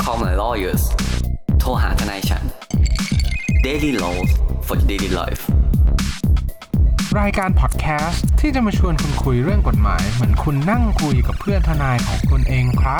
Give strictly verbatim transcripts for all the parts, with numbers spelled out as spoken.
Call my lawyers โทรหาทนายฉัน Daily Laws for Daily Life รายการพอดแคสต์ที่จะมาชวนคุณคุยเรื่องกฎหมายเหมือนคุณนั่งคุยกับเพื่อนทนายของคุณเองครับ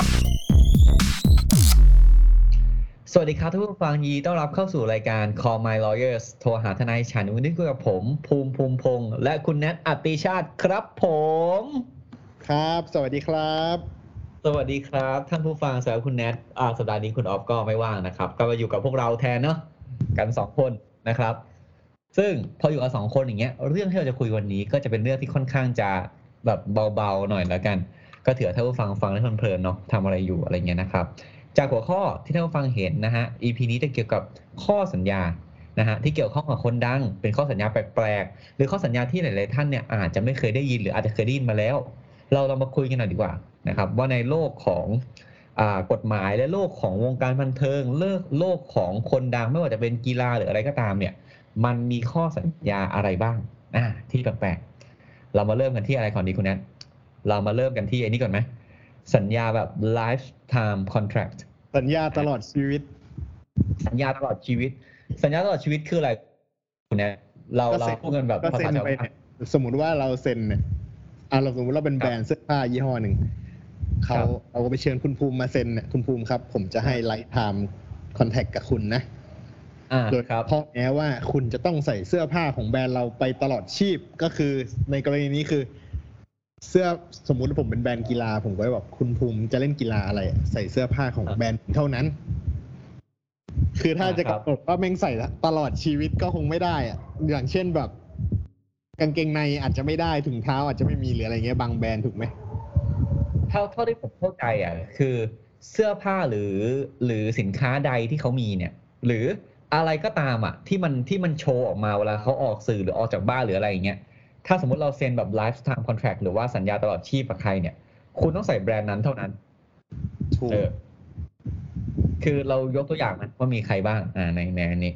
สวัสดีครับทุกผู้ฟังยินดีต้อนรับเข้าสู่รายการ Call My Lawyers โทรหาทนายฉันวันนี้คุยกับผมภูมิภูมิพงษ์และคุณแนทอติชาติครับผมครับสวัสดีครับสวัสดีครับท่านผู้ฟังสำหรับคุณแนทอ่าสัปดาห์นี้คุณออฟก็ไม่ว่างนะครับก็มาอยู่กับพวกเราแทนเนาะกันสองคนนะครับซึ่งพออยู่กันสองคนอย่างเงี้ยเรื่องที่เราจะคุยวันนี้ก็จะเป็นเรื่องที่ค่อนข้างจะแบบเบาๆหน่อยแล้วกันก็ถือท่านผู้ฟังฟังได้เพลินๆเนาะทำอะไรอยู่อะไรเงี้ยนะครับจากหัวข้อที่ท่านผู้ฟังเห็นนะฮะ อี พี นี้จะเกี่ยวกับข้อสัญญานะฮะที่เกี่ยวข้องกับคนดังเป็นข้อสัญญาแปลกๆหรือข้อสัญญาที่หลายๆท่านเนี่ยอาจจะไม่เคยได้ยินหรืออาจจะเคยได้ยินมาแล้วเราเรามาคุยกันหน่อยดีกว่านะครับว่าในโลกของอ่ากฎหมายและโลกของวงการบันเทิงโลกโลกของคนดังไม่ว่าจะเป็นกีฬาหรืออะไรก็ตามเนี่ยมันมีข้อสัญญาอะไรบ้างอ่าที่แปลกๆเรามาเริ่มกันที่อะไรก่อนดีคุณแนทเรามาเริ่มกันที่ไอ้นี่ก่อนไหมสัญญาแบบ lifetime contract สัญญาตลอดชีวิตสัญญาตลอดชีวิตสัญญาตลอดชีวิตคืออะไรคุณแนทเราเราพูดกันแบบภาษาชาวบ้านสมมุติว่าเราเซ็นเนี่ยอ่ะเราสมมุติเราเป็นแบรนด์เสื้อผ้ายี่ห้อหนึ่งเขาเอาไปเชิญคุณภูมิมาเซ็นเนี่ยคุณภูมิครับผมจะให้ lifetime contract กับคุณนะโดยเพราะแม้ว่าคุณจะต้องใส่เสื้อผ้าของแบรนด์เราไปตลอดชีพก็คือในกรณีนี้คือเสื้อสมมุติผมเป็นแบรนด์กีฬาผมก็แบบคุณภูมิจะเล่นกีฬาอะไรใส่เสื้อผ้าของแบรนด์เท่านั้นคือถ้าจะกำหนดว่าแม่งใส่ตลอดชีวิตก็คงไม่ได้อะอย่างเช่นแบบกางเกงในอาจจะไม่ได้ถุงเท้าอาจจะไม่มีหรืออะไรเงี้ยบางแบรนด์ถูกไหมเท่าเท่าที่ผมเข้าใจอ่ะคือเสื้อผ้าหรือหรือสินค้าใดที่เขามีเนี่ยหรืออะไรก็ตามอ่ะที่มันที่มันโชว์ออกมาเวลาเขาออกสื่อหรือออกจากบ้านหรืออะไรอย่างเงี้ยถ้าสมมติเราเซ็นแบบ lifetime contract หรือว่าสัญญาตลอดชีพกับใครเนี่ยคุณต้องใส่แบรนด์นั้นเท่านั้นถูกคือเรายกตัวอย่างนะว่ามีใครบ้างอ่าในในนี้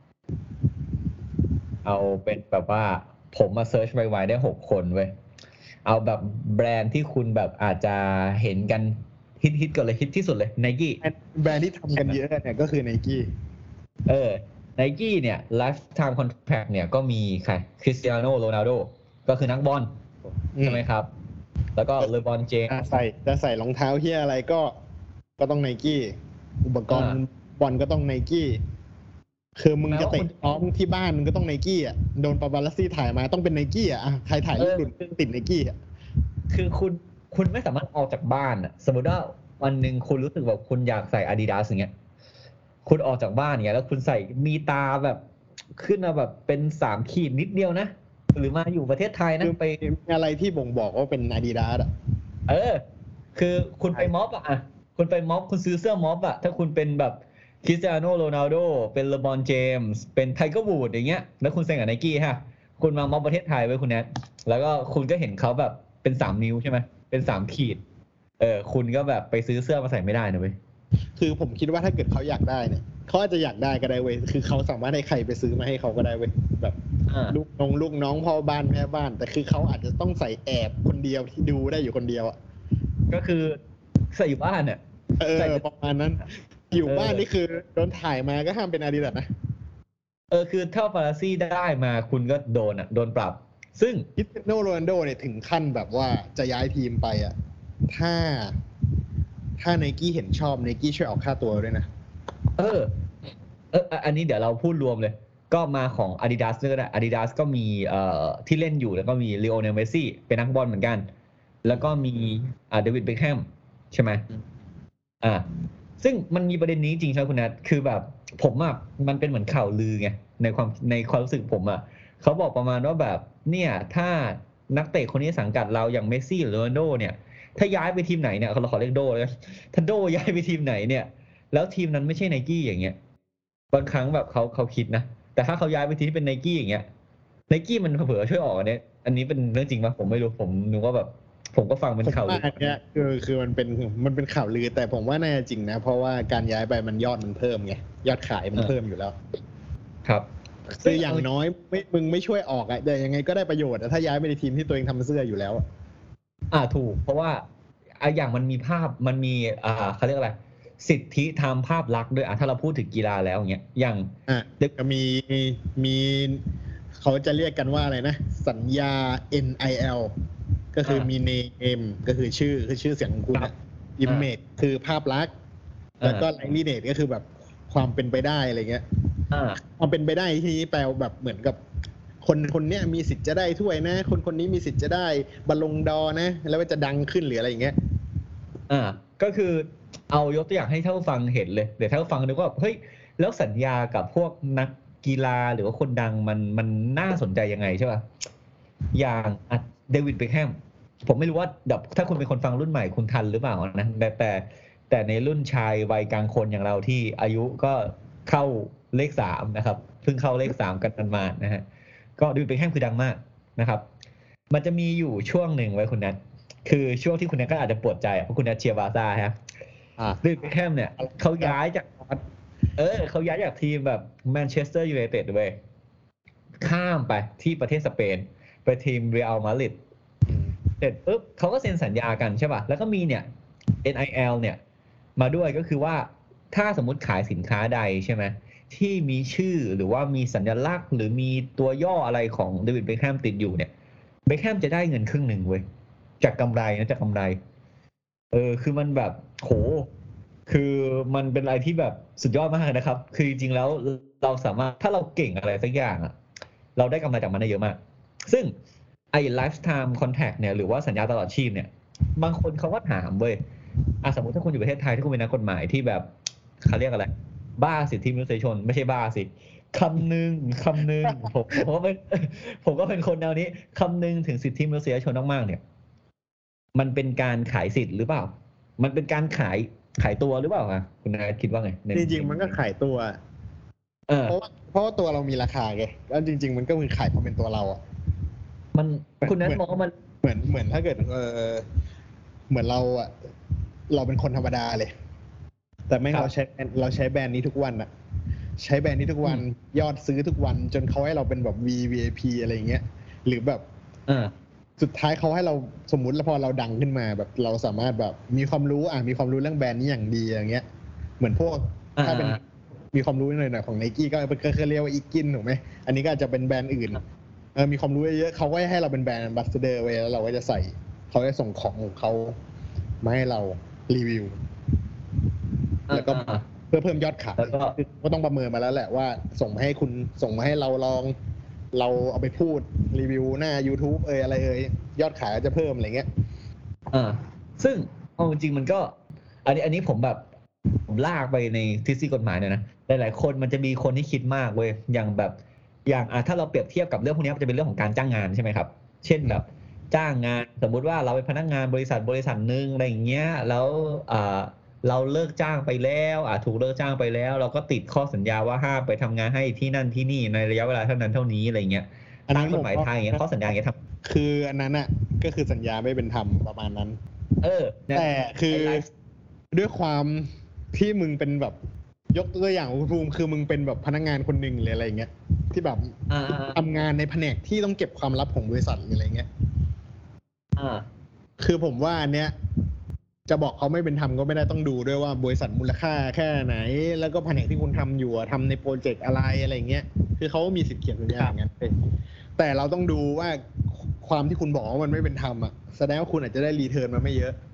เอาเป็นแบบว่าผมมาเซิร์ชไวๆได้หกคนเว้ยเอาแบบแบรนด์ที่คุณแบบอาจจะเห็นกันฮิตๆก่อนเลยฮิตที่สุดเลย Nike แบรนด์ที่ทำกันเยอะเนี่ยก็คือ Nike เออ Nike เนี่ย lifetime contract เนี่ยก็มีใคร Cristiano Ronaldo ก็คือนักบอลใช่ไหมครับแล้วก็เลบรอนเจมส์ใส่จะใส่รองเท้าเหี้ยอะไรก็ก็ต้อง Nike อุปกรณ์บอลก็ต้อง Nike คือมึงจะเตะซ้อมที่บ้านมึงก็ต้อง Nike อ่ะโดนปาปารัสซี่ถ่ายมาต้องเป็น Nike อ่ะใครถ่ายรูปหลุดติด Nike อ่ะคือคุณคุณไม่สามารถออกจากบ้านอ่ะสมมุติว่าวันนึงคุณรู้สึกแบบคุณอยากใส่ Adidas อย่างเงี้ยคุณออกจากบ้านอย่างเงี้ยแล้วคุณใส่มีตาแบบขึ้นมาแบบเป็นสามขีดนิดเดียวนะหรือมาอยู่ประเทศไทยนะไปอะไรที่บ่งบอกว่าเป็น Adidas อ่ะเออคือคุณไปม็อบอ่ะคุณไปม็อบคุณซื้อเสื้อม็อบอ่ะถ้าคุณเป็นแบบคริสเตียโนโรนัลโดเป็นเลบรอนเจมส์เป็นไทเกอร์วูดอย่างเงี้ยแล้วคุณเซ็นกับ Nike ฮะคุณมาม็อบประเทศไทยไว้คุณแนทแล้วก็คุณก็เห็นเขาแบบเป็นสามนิ้วใช่ไหมเป็นสามขีดเออคุณก็แบบไปซื้อเสื้อมาใส่ไม่ได้นะเว้ยคือผมคิดว่าถ้าเกิดเขาอยากได้เนี่ยเขาอาจจะอยากได้ก็ได้เว้ยคือเขาสามารถให้ใครไปซื้อมาให้เขาก็ได้เว้ยแบบลูกน้องลูกน้องพ่อบ้านแม่บ้านแต่คือเขาอาจจะต้องใส่แอบคนเดียวที่ดูได้อยู่คนเดียวอ่ะก็คือใส่อยู่บ้านเนี่ยเออประมาณนั้นอยู่บ้านนี่คือโดนถ่ายมาก็ห้ามเป็นอาดิดาสนะเออคือถ้าปาราซี่ได้มาคุณก็โดนอ่ะโดนปรับซึ่งคริสเตียโนโรนัลโดเนี่ยถึงขั้นแบบว่าจะย้ายทีมไปอ่ะถ้าถ้า Nike เห็นชอบ Nike ช่วยออกค่าตัวด้วยนะเออเอออันนี้เดี๋ยวเราพูดรวมเลยก็มาของ Adidas ก็ได้ Adidas ก็มีเอ่อที่เล่นอยู่แล้วก็มีลีโอเนล เมสซี่เป็นนักบอลเหมือนกันแล้วก็มีอ่าเดวิด เบ็คแฮมใช่ไหมอ่าซึ่งมันมีประเด็นนี้จริงใช่ไหมคุณนัทคือแบบผมอ่ะมันเป็นเหมือนข่าวลือไงในความในความรู้สึกผมอ่ะเขาบอกประมาณว่าแบบเนี่ยถ้านักเตะคนนี้สังกัดเราอย่างเมสซี่หรือโรนัลโดเนี่ยถ้าย้ายไปทีมไหนเนี่ยเราขอเรียกโดเลยถ้าโดย้ายไปทีมไหนเนี่ยแล้วทีมนั้นไม่ใช่ Nike อย่างเงี้ยบางครั้งแบบเขาเขาคิดนะแต่ถ้าเขาย้ายไปทีมที่เป็น Nike อย่างเงี้ย Nike มันเผลอช่วยออกอันนี้อันนี้เป็นเรื่องจริงป่ะผมไม่รู้ผมนึกว่าแบบผมก็ฟังเป็นข่าวลืออันเนี้ยคือคือมันเป็นมันเป็นข่าวลือแต่ผมว่าน่าจะจริงนะเพราะว่าการย้ายไปมันยอดมันเพิ่มไงยอดขายมันเพิ่มอยู่แล้วครับคืออย่างน้อยไม่มึงไม่ช่วยออกอ่ะแต่ยังไงก็ได้ประโยชน์ถ้าย้ายไปในทีมที่ตัวเองทำเสื้ออยู่แล้วอ่าถูกเพราะว่าอ่ะอย่างมันมีภาพมันมีอ่าเขาเรียกอะไรสิทธิทางภาพลักษณ์ด้วยอ่ะถ้าเราพูดถึงกีฬาแล้วอย่างเงี้ยอย่างอ่ะก็มีมีเขาจะเรียกกันว่าอะไรนะสัญญา เอ็น ไอ แอล ก็คือมี name ก็คือชื่อคือชื่อเสียงของคุณนะ image คือภาพลักษณ์แล้วก็ likeness ก็คือแบบความเป็นไปได้อะไรเงี้ยความเป็นไปได้ที่นี้แปลแบบเหมือนกับคนคนเนี้ยมีสิทธิ์จะได้ถ้วยนะคนคนนี้มีสิทธิ์จะได้บอลลงดอร์นะแล้วจะดังขึ้นหรืออะไรอย่างเงี้ยอ่าก็คือเอายกตัวอย่างให้ท่านผู้ฟังเห็นเลยเดี๋ยวท่านผู้ฟังนึกว่าเฮ้ยแล้วสัญญากับพวกนักกีฬาหรือว่าคนดังมันมันน่าสนใจยังไงใช่ป่ะอย่างอ่ะเดวิดเบ็คแฮมผมไม่รู้ว่าแบบถ้าคุณเป็นคนฟังรุ่นใหม่คุณทันหรือเปล่านะแต่แต่แต่ในรุ่นชายวัยกลางคนอย่างเราที่อายุก็เข้าเลขสามนะครับเพิ่งเข้าเลขสามกันมานะฮะก็เดวิดเบ็คแฮมคือดังมากนะครับมันจะมีอยู่ช่วงหนึ่งไว้คุณนัทคือช่วงที่คุณนัทก็อาจจะปวดใจเพราะคุณนัทเชียร์บาร์ซ่าครับเดวิดเบ็คแฮมเนี่ยเขาย้ายจากเออเขาย้ายจากทีมแบบแมนเชสเตอร์ยูไนเต็ดด้วยข้ามไปที่ประเทศสเปนไปทีมเรอัลมาดริดเสร็จปุ๊บเขาก็เซ็นสัญญากันใช่ป่ะแล้วก็มีเนี่ย เอ็น ไอ แอล เนี่ยมาด้วยก็คือว่าถ้าสมมุติขายสินค้าใดใช่ไหมที่มีชื่อหรือว่ามีสัญลักษณ์หรือมีตัวย่ออะไรของเดวิดเบ็คแฮมติดอยู่เนี่ยเบ็คแฮมจะได้เงินครึ่งหนึ่งเว้ยจากกำไรนะจากกำไรเออคือมันแบบโหคือมันเป็นอะไรที่แบบสุดยอดมากนะครับคือจริงๆแล้วเราสามารถถ้าเราเก่งอะไรสักอย่างอ่ะเราได้กำไรจากมันได้เยอะมากซึ่งไอ้ lifetime contract เนี่ยหรือว่าสัญญาตลอดชีพเนี่ยบางคนเขาก็ถามเว้ยอ่ะสมมติถ้าคุณอยู่ประเทศไทยที่คุณเป็นนักกฎหมายที่แบบเขาเรียกอะไรบ้าสิทธิมนุษยชนไม่ใช่บ้าสิคำนึงคำนึงผมผมก็เป็นผมก็เป็นคนแนวนี้คำนึงถึงสิทธิมนุษยชนมากๆเนี่ยมันเป็นการขายสิทธิ์หรือเปล่ามันเป็นการขายขายตัวหรือเปล่าคะคุณนายคิดว่าไงจริงๆมันก็ขายตัวเพราะเพราะตัวเรามีราคาไงแล้วจริงๆมันก็คือขายความเป็นตัวเราอ่ะมันคุณนั้นมองว่ามันเหมือนเหมือนถ้าเกิดเออเหมือนเราอ่ะเราเป็นคนธรรมดาเลยแต่แม่งเราใช้เราใช้แบรนด์นี้ทุกวันอ่ะใช้แบรนด์นี้ทุกวันยอดซื้อทุกวันจนเขาให้เราเป็นแบบ วี วี ไอ พี อะไรอย่างเงี้ยหรือแบบสุดท้ายเขาให้เราสมมุติแล้วพอเราดังขึ้นมาแบบเราสามารถแบบมีความรู้อ่ะมีความรู้เรื่องแบรนด์นี้อย่างดีอย่างเงี้ยเหมือนพวกถ้าเป็นมีความรู้หน่อยๆของ Nike ก็เคยเรียกว่าอีกินถูกไหมอันนี้ก็อาจจะเป็นแบรนด์อื่นเออมีความรู้เยอะเขาก็ให้เราเป็นแบรนด์แอมบาสเดอร์ไว้แล้วเราก็จะใส่เขาจะส่งของของเขามาให้เรารีวิวแล้วก็เพื่อเพิ่มยอดขายก็ต้องประเมินมาแล้วแหละว่าส่งมาให้คุณส่งมาให้เราลองเราเอาไปพูดรีวิวหน้า YouTube เอ่ยอะไรเอ่ยยอดขายก็จะเพิ่มอะไรเงี้ยอ่าซึ่งเอาจริงมันก็อันนี้อันนี้ผมแบบผมลากไปในทฤษฎีกฎหมายเนี่ยนะหลายๆคนมันจะมีคนที่คิดมากเว้ยอย่างแบบอย่างอ่ะถ้าเราเปรียบเทียบกับเรื่องพวกนี้มันจะเป็นเรื่องของการจ้างงานใช่ไหมครับเช่นแบบจ้างงานสมมุติว่าเราเป็นพนักงานบริษัทบริษัทนึงอะไรอย่างเงี้ยแล้วอ่าเราเลิกจ้างไปแล้วอ่ะถูกเลิกจ้างไปแล้วเราก็ติดข้อสัญญาว่าห้ามไปทำงานให้ที่นั่นที่นี่ในระยะเวลาเท่านั้นเท่านี้อะไรเงี้ยตามกฎหมายไทยอย่างเงี้ยข้อสัญญาอย่างเงี้ยทำคืออันนั้นอ่ะก็คือสัญญาไม่เป็นธรรมประมาณนั้นเออแต่คือด้วยความที่มึงเป็นแบบยกตัวอย่างคุณภูมิคือมึงเป็นแบบพนักงานคนหนึ่งหรืออะไรเงี้ยที่แบบทำงานในแผนกที่ต้องเก็บความลับของบริษัทหรืออะไรเงี้ยคือผมว่าอันเนี้ยจะบอกเขาไม่เป็นธรรมก็ไม่ได้ต้องดูด้วยว่าบริษัทมูลค่าแค่ไหนแล้วก็แผนกที่คุณทำอยู่ทำในโปรเจกต์อะไรอะไรเงี้ยคือเขามีสิทธิ์เขียนสัญญาอย่างนั้นแต่เราต้องดูว่าความที่คุณบอกว่ามันไม่เป็นธรรมอ่ะแสดงว่าคุณอาจจะได้รีเทิร์นมาไม่เยอะ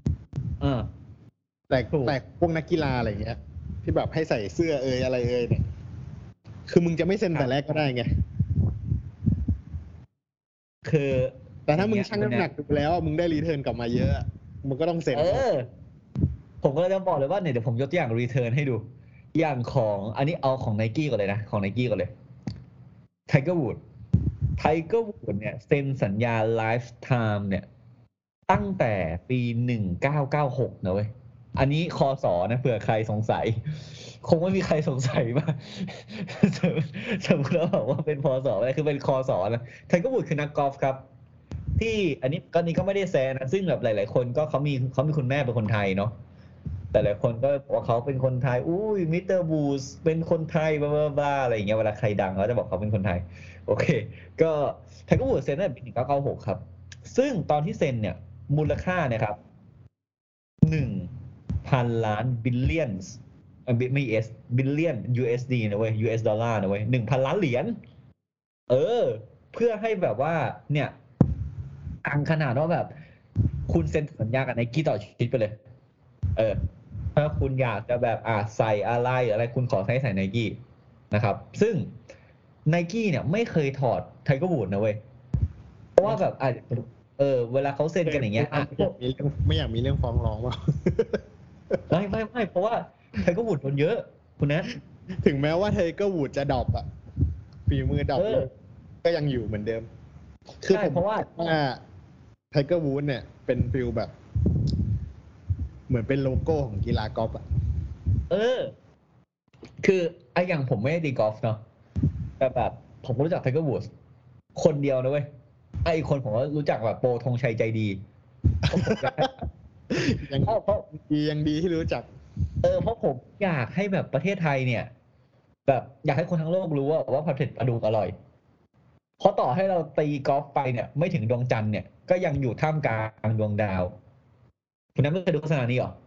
แต่แต่พวกนักกีฬาอะไรเงี้ยที่แบบให้ใส่เสื้อเอยอะไรเอยเนี่ยคือมึงจะไม่เซ็นแต่แรกก็ได้ไงคือแต่ถ้ามึงชั่งน้ำหนักดูแล้วมึงได้รีเทิร์นกลับมาเยอะมึงก็ต้องเซ็นเออผมก็เลยจะบอกเลยว่าเนี่ยเดี๋ยวผมยกตัวอย่างรีเทิร์นให้ดูอย่างของอันนี้เอาของ Nike ก่อนเลยนะของ Nike ก่อนเลย Tiger Woods Tiger Woods เนี่ยเซ็นสัญญา Lifetime เนี่ยตั้งแต่ปีหนึ่งพันเก้าร้อยเก้าสิบหกนะเว้ยอันนี้คศนะเผื่อใครสงสัยคงไม่มีใครสงสัยมาสมมติเราบอกว่าเป็นพศอะไรคือเป็นคศนะไทเกอร์วูดส์คือนักกอล์ฟครับที่อันนี้ก็นี้ก็ไม่ได้แซนะซึ่งแบบหลายๆคนก็เขามีเขามีคุณแม่เป็นคนไทยเนาะแต่หลายคนก็บอกว่าเขาเป็นคนไทยอุ้ยมิสเตอร์บูสเป็นคนไทยบลาบลาอะไรอย่างเงี้ยเวลาใครดังเขาจะบอกเขาเป็นคนไทยโอเคก็ไทเกอร์วูดส์เซ็นตั้งแต่ปีหนึ่งพันเก้าร้อยเก้าสิบหกครับซึ่งตอนที่เซ็นเนี่ยมูลค่าเนี่ยครับหนึ่งพันล้าน billions เอ่อไม่ S billion ยู เอส ดี นะเว้ย ยู เอส ดอลลาร์นะเว้ย หนึ่งพัน ล้านเหรียญเออเพื่อให้แบบว่าเนี่ยตังขนาดว่าแบบคุณเซ็นสัญญากับ Nike ต่อชีวิตไปเลยเออถ้าคุณอยากจะแบบอ่าใส่อะไรอะไรคุณขอใช้ใส่ Nike นะครับซึ่ง Nike เนี่ยไม่เคยถอด Tiger Woods นะเว้ยเพราะว่าแบบอ่ะเออเวลาเขาเซ็นกันอย่างเงี้ยอ่ะไม่อยากมีเรื่องไม่อยากมีเรื่องฟ้องร้องว่าไม่ไม่ไม่เพราะว่าไทเกอร์วูดโดนเยอะคุณนะถึงแม้ว่าไทเกอร์วูดจะดรอปอะฝีมือดรอปเออก็ยังอยู่เหมือนเดิม คือใช่ผมเพราะว่าว่าไทเกอร์วูดเนี่ยเป็นฟิลแบบ เหมือนเป็นโลโก้ของกีฬากอล์ฟอะเออ คือไอ้อย่างผมไม่ได้ตีกอล์ฟเนาะแต่แบบผมก็รู้จักไทเกอร์วูดคนเดียวนะเว้ยไอ้คนผมก็รู้จักแบบโปรธงชัยใจดียังเพราะเพราะดียังดีที่รู้จักเออเพราะผมอยากให้แบบประเทศไทยเนี่ย แบบอยากให้คนทั้งโลกรู้ว่าว่าผัดเผ็ดปลาดุกอร่อยเพราะต่อให้เราตีกอล์ฟไปเนี่ยไม่ถึงดวงจันทร์เนี่ยก็ยังอยู่ท่ามกลางดวงดาวคุณนั้นไม่เคยดูโฆษณานี้หรอ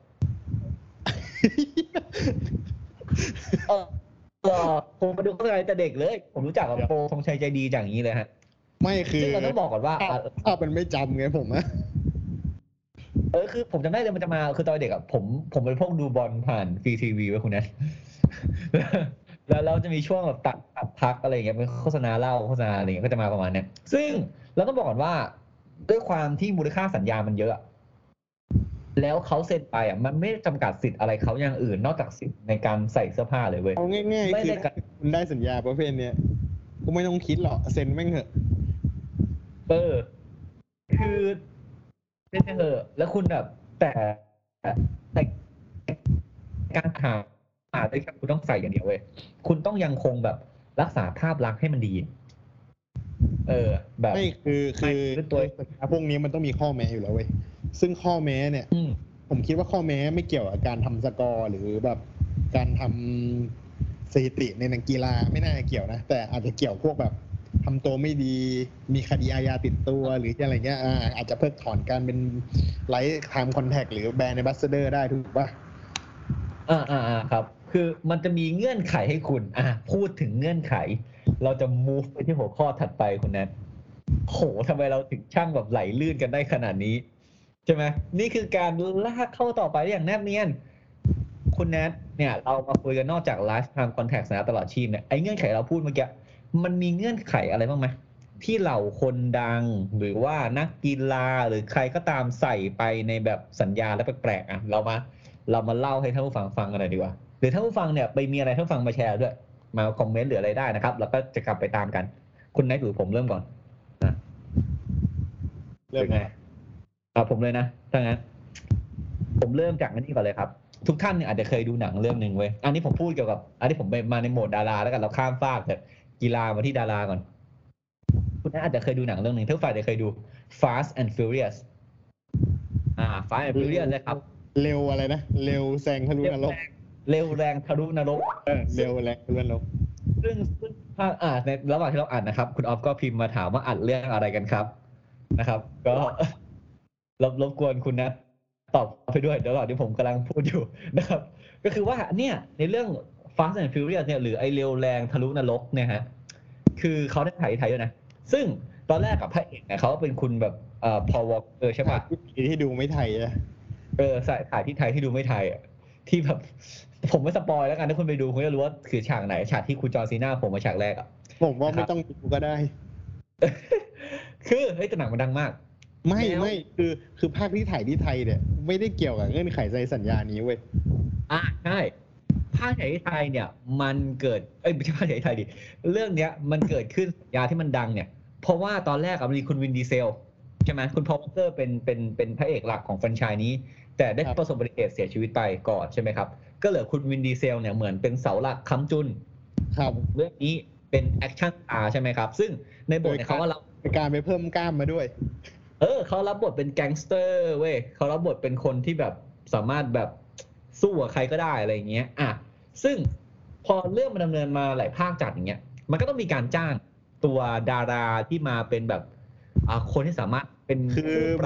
เออเออผมมาดูโฆษณาแต่เด็กเลย ผมรู้จักกับโปรธงชัยใจดีจากอย่างนี้เลยฮะไม่คือซึ่งเราต้องบอกก่อนว่าภาพภาพมันไม่จำไงผมอะเออคือผมจำได้เลยมันจะมาคือตอนเด็กอ่ะผมผมเป็นพวกดูบอลผ่านฟรีทีวีไว้คุณนะ แล้วเราจะมีช่วงแบบตัดตัดพักอะไรอย่างเงี้ยเป็นโฆษณาเล่าโฆษณาอะไรอย่างเงี้ยก็จะมาประมาณเนี้ยซึ่งเราต้องบอกก่อนว่าด้วยความที่มูลค่าสัญญามันเยอะแล้วเขาเซ็นไปอ่ะมันไม่จำกัดสิทธิ์อะไรเขาอย่างอื่นนอกจากสิทธิ์ในการใส่เสื้อผ้าเลยเว้ยเอาง่ายๆไม่คือได้กัดคุณได้สัญญาประเภทเนี้ยก็ไม่ต้องคิดหรอกเซ็นแม่งเหอะเออคือเซ็นเถอะแล้วคุณแบบแต่แต่การหาหาได้แค่คุณต้องใส่อย่างเดียวเว้ยคุณต้องยังคงแบบรักษาภาพลักษณ์ให้มันดี เออ แบบไม่คือคือไม่ตัวพวกนี้มันต้องมีข้อแม้อยู่แล้วเว้ยซึ่งข้อแม้เนี่ยอืมผมคิดว่าข้อแม้ไม่เกี่ยวกับการทำสกอร์หรือแบบการทำสถิติในนักกีฬาไม่น่าจะเกี่ยวนะแต่อาจจะเกี่ยวพวกแบบทำตัวไม่ดีมีคดีอาญาติดตัวหรืออะไรเงี้ยอ่าอาจจะเพิกถอนการเป็นไลฟ์ไทม์คอนแทคหรือแบรนด์ในบัสเดอร์ได้ถูกป่ะอ่าอ่าอ่าครับ คือมันจะมีเงื่อนไขให้คุณ อ่ะพูดถึงเงื่อนไข เราจะ move ไปที่หัวข้อถัดไปคุณแนทโหทำไมเราถึงช่างแบบไหลลื่นกันได้ขนาดนี้ใช่ไหมนี่คือการลากเข้าต่อไปได้อย่างแนบเนียนคุณแนทเนี่ยเรามาคุยกันนอกจาก lifetime contract นะตลอดชีพเนี่ยไอ้เงื่อนไขเราพูดเมื่อกี้มันมีเงื่อนไขอะไรบ้างไหมที่เหล่าคนดังหรือว่านักกีฬาหรือใครก็ตามใส่ไปในแบบสัญญาและแปลกๆอ่ะเรามาเรามาเล่าให้ท่านผู้ฟังฟังกันหน่อยดีกว่าหรือท่านผู้ฟังเนี่ยไปมีอะไรท่านผู้ฟังมาแชร์ด้วยมาคอมเมนต์หรืออะไรได้นะครับแล้วก็จะกลับไปตามกันคุณแนทหรือผมเริ่มก่อนนะเริ่มไงอ่าผมเลยนะถ้างั้นผมเริ่มจากอันนี้ก่อนเลยครับทุกท่านเนี่ยอาจจะเคยดูหนังเรื่องหนึ่งเว้ยอันนี้ผมพูดเกี่ยวกับอันนี้ผมไปมาในโหมดดาราแล้วกันเราข้ามฟากแต่กีฬามาที่ดาราก่อนคุณอาจจะเคยดูหนังเรื่องหนึ่งทุกฝ่ายจะเคยดู Fast and Furious อ่า Fast and Furious เลยครับเร็วอะไรนะเร็วแซงทะลุนรกเร็วแรงทะลุนรกเออเร็วแรงทะลุนรกซึ่งซึ่งถ้าอ่าในระหว่างที่เราอ่านนะครับคุณออฟก็พิมพ์มาถามว่าอ่านเรื่องอะไรกันครับนะครับ ก็ รบรบกวนคุณนะตอบไปด้วยเดี๋ยวก่อนที่ผมกำลังพูดอยู่นะครับ ก็คือว่าเนี่ยในเรื่อง Fast and Furious เนี่ยหรือไอเร็วแรงทะลุนรกเนี่ยฮะคือเขาได้ถ่ายไทยด้วยนะซึ่งตอนแรกกับพระเอกเนี่ยเขาเป็นคุณแบบเอ่อพอวอลเออใช่ป่ะที่ดูไม่ไทยอะเออสายถ่ายที่ไทยที่ดูไม่ไทยอ่ะที่แบบผมไม่สปอยแล้วกันถ้าคุณไปดูคุณจะรู้ว่าคือฉากไหนฉากที่คุณจอร์ซีน่าผมมาฉากแรกอ่ะผมว่าไม่ต้องดูก็ได้คือเฮ้ยแต่หนังมันดังมากไม่แล้วไม่คือคือภาคที่ถ่ายที่ไทยเนี่ยไม่ได้เกี่ยวกับเงื่อนไขในสัญญานี้เว้ยอ่ะใช่ภาคไทยที่ไทยเนี่ยมันเกิดเอ้ยไม่ใช่ภาคไทยที่ไทยดิเรื่องเนี้ยมันเกิดขึ้นสัญญาที่มันดังเนี่ยเพราะว่าตอนแรกอะมันมีคุณวินดีเซลใช่ไหมคุณพอลวอลเกอร์เป็นเป็นเป็นพระเอกหลักของแฟรนไชส์นี้แต่ได้ประสบอุบัติเหตุเสียชีวิตไปก่อนใช่ไหมครับก็เหลือคุณวินดีเซลเนี่ยเหมือนเป็นเสาหลักค้ำจุนครับเรื่องนี้เป็นแอคชั่นสตาร์ใช่ไหมครับซึ่งในบทเนี่ยเขาก็รับในการไปเพิ่มกล้ามมาด้วยเออเขารับบทเป็นแก๊งสเตอร์เว้ยเขารับบทเป็นคนที่แบบสามารถแบบสู้กับใครก็ได้อะไรอย่างเงี้ยอ่ะซึ่งพอเรื่องมันดำเนินมาหลายภาคจัดอย่างเงี้ยมันก็ต้องมีการจ้างตัวดาราที่มาเป็นแบบอ่าคนที่สามารถเป็นคือผู้ปรับ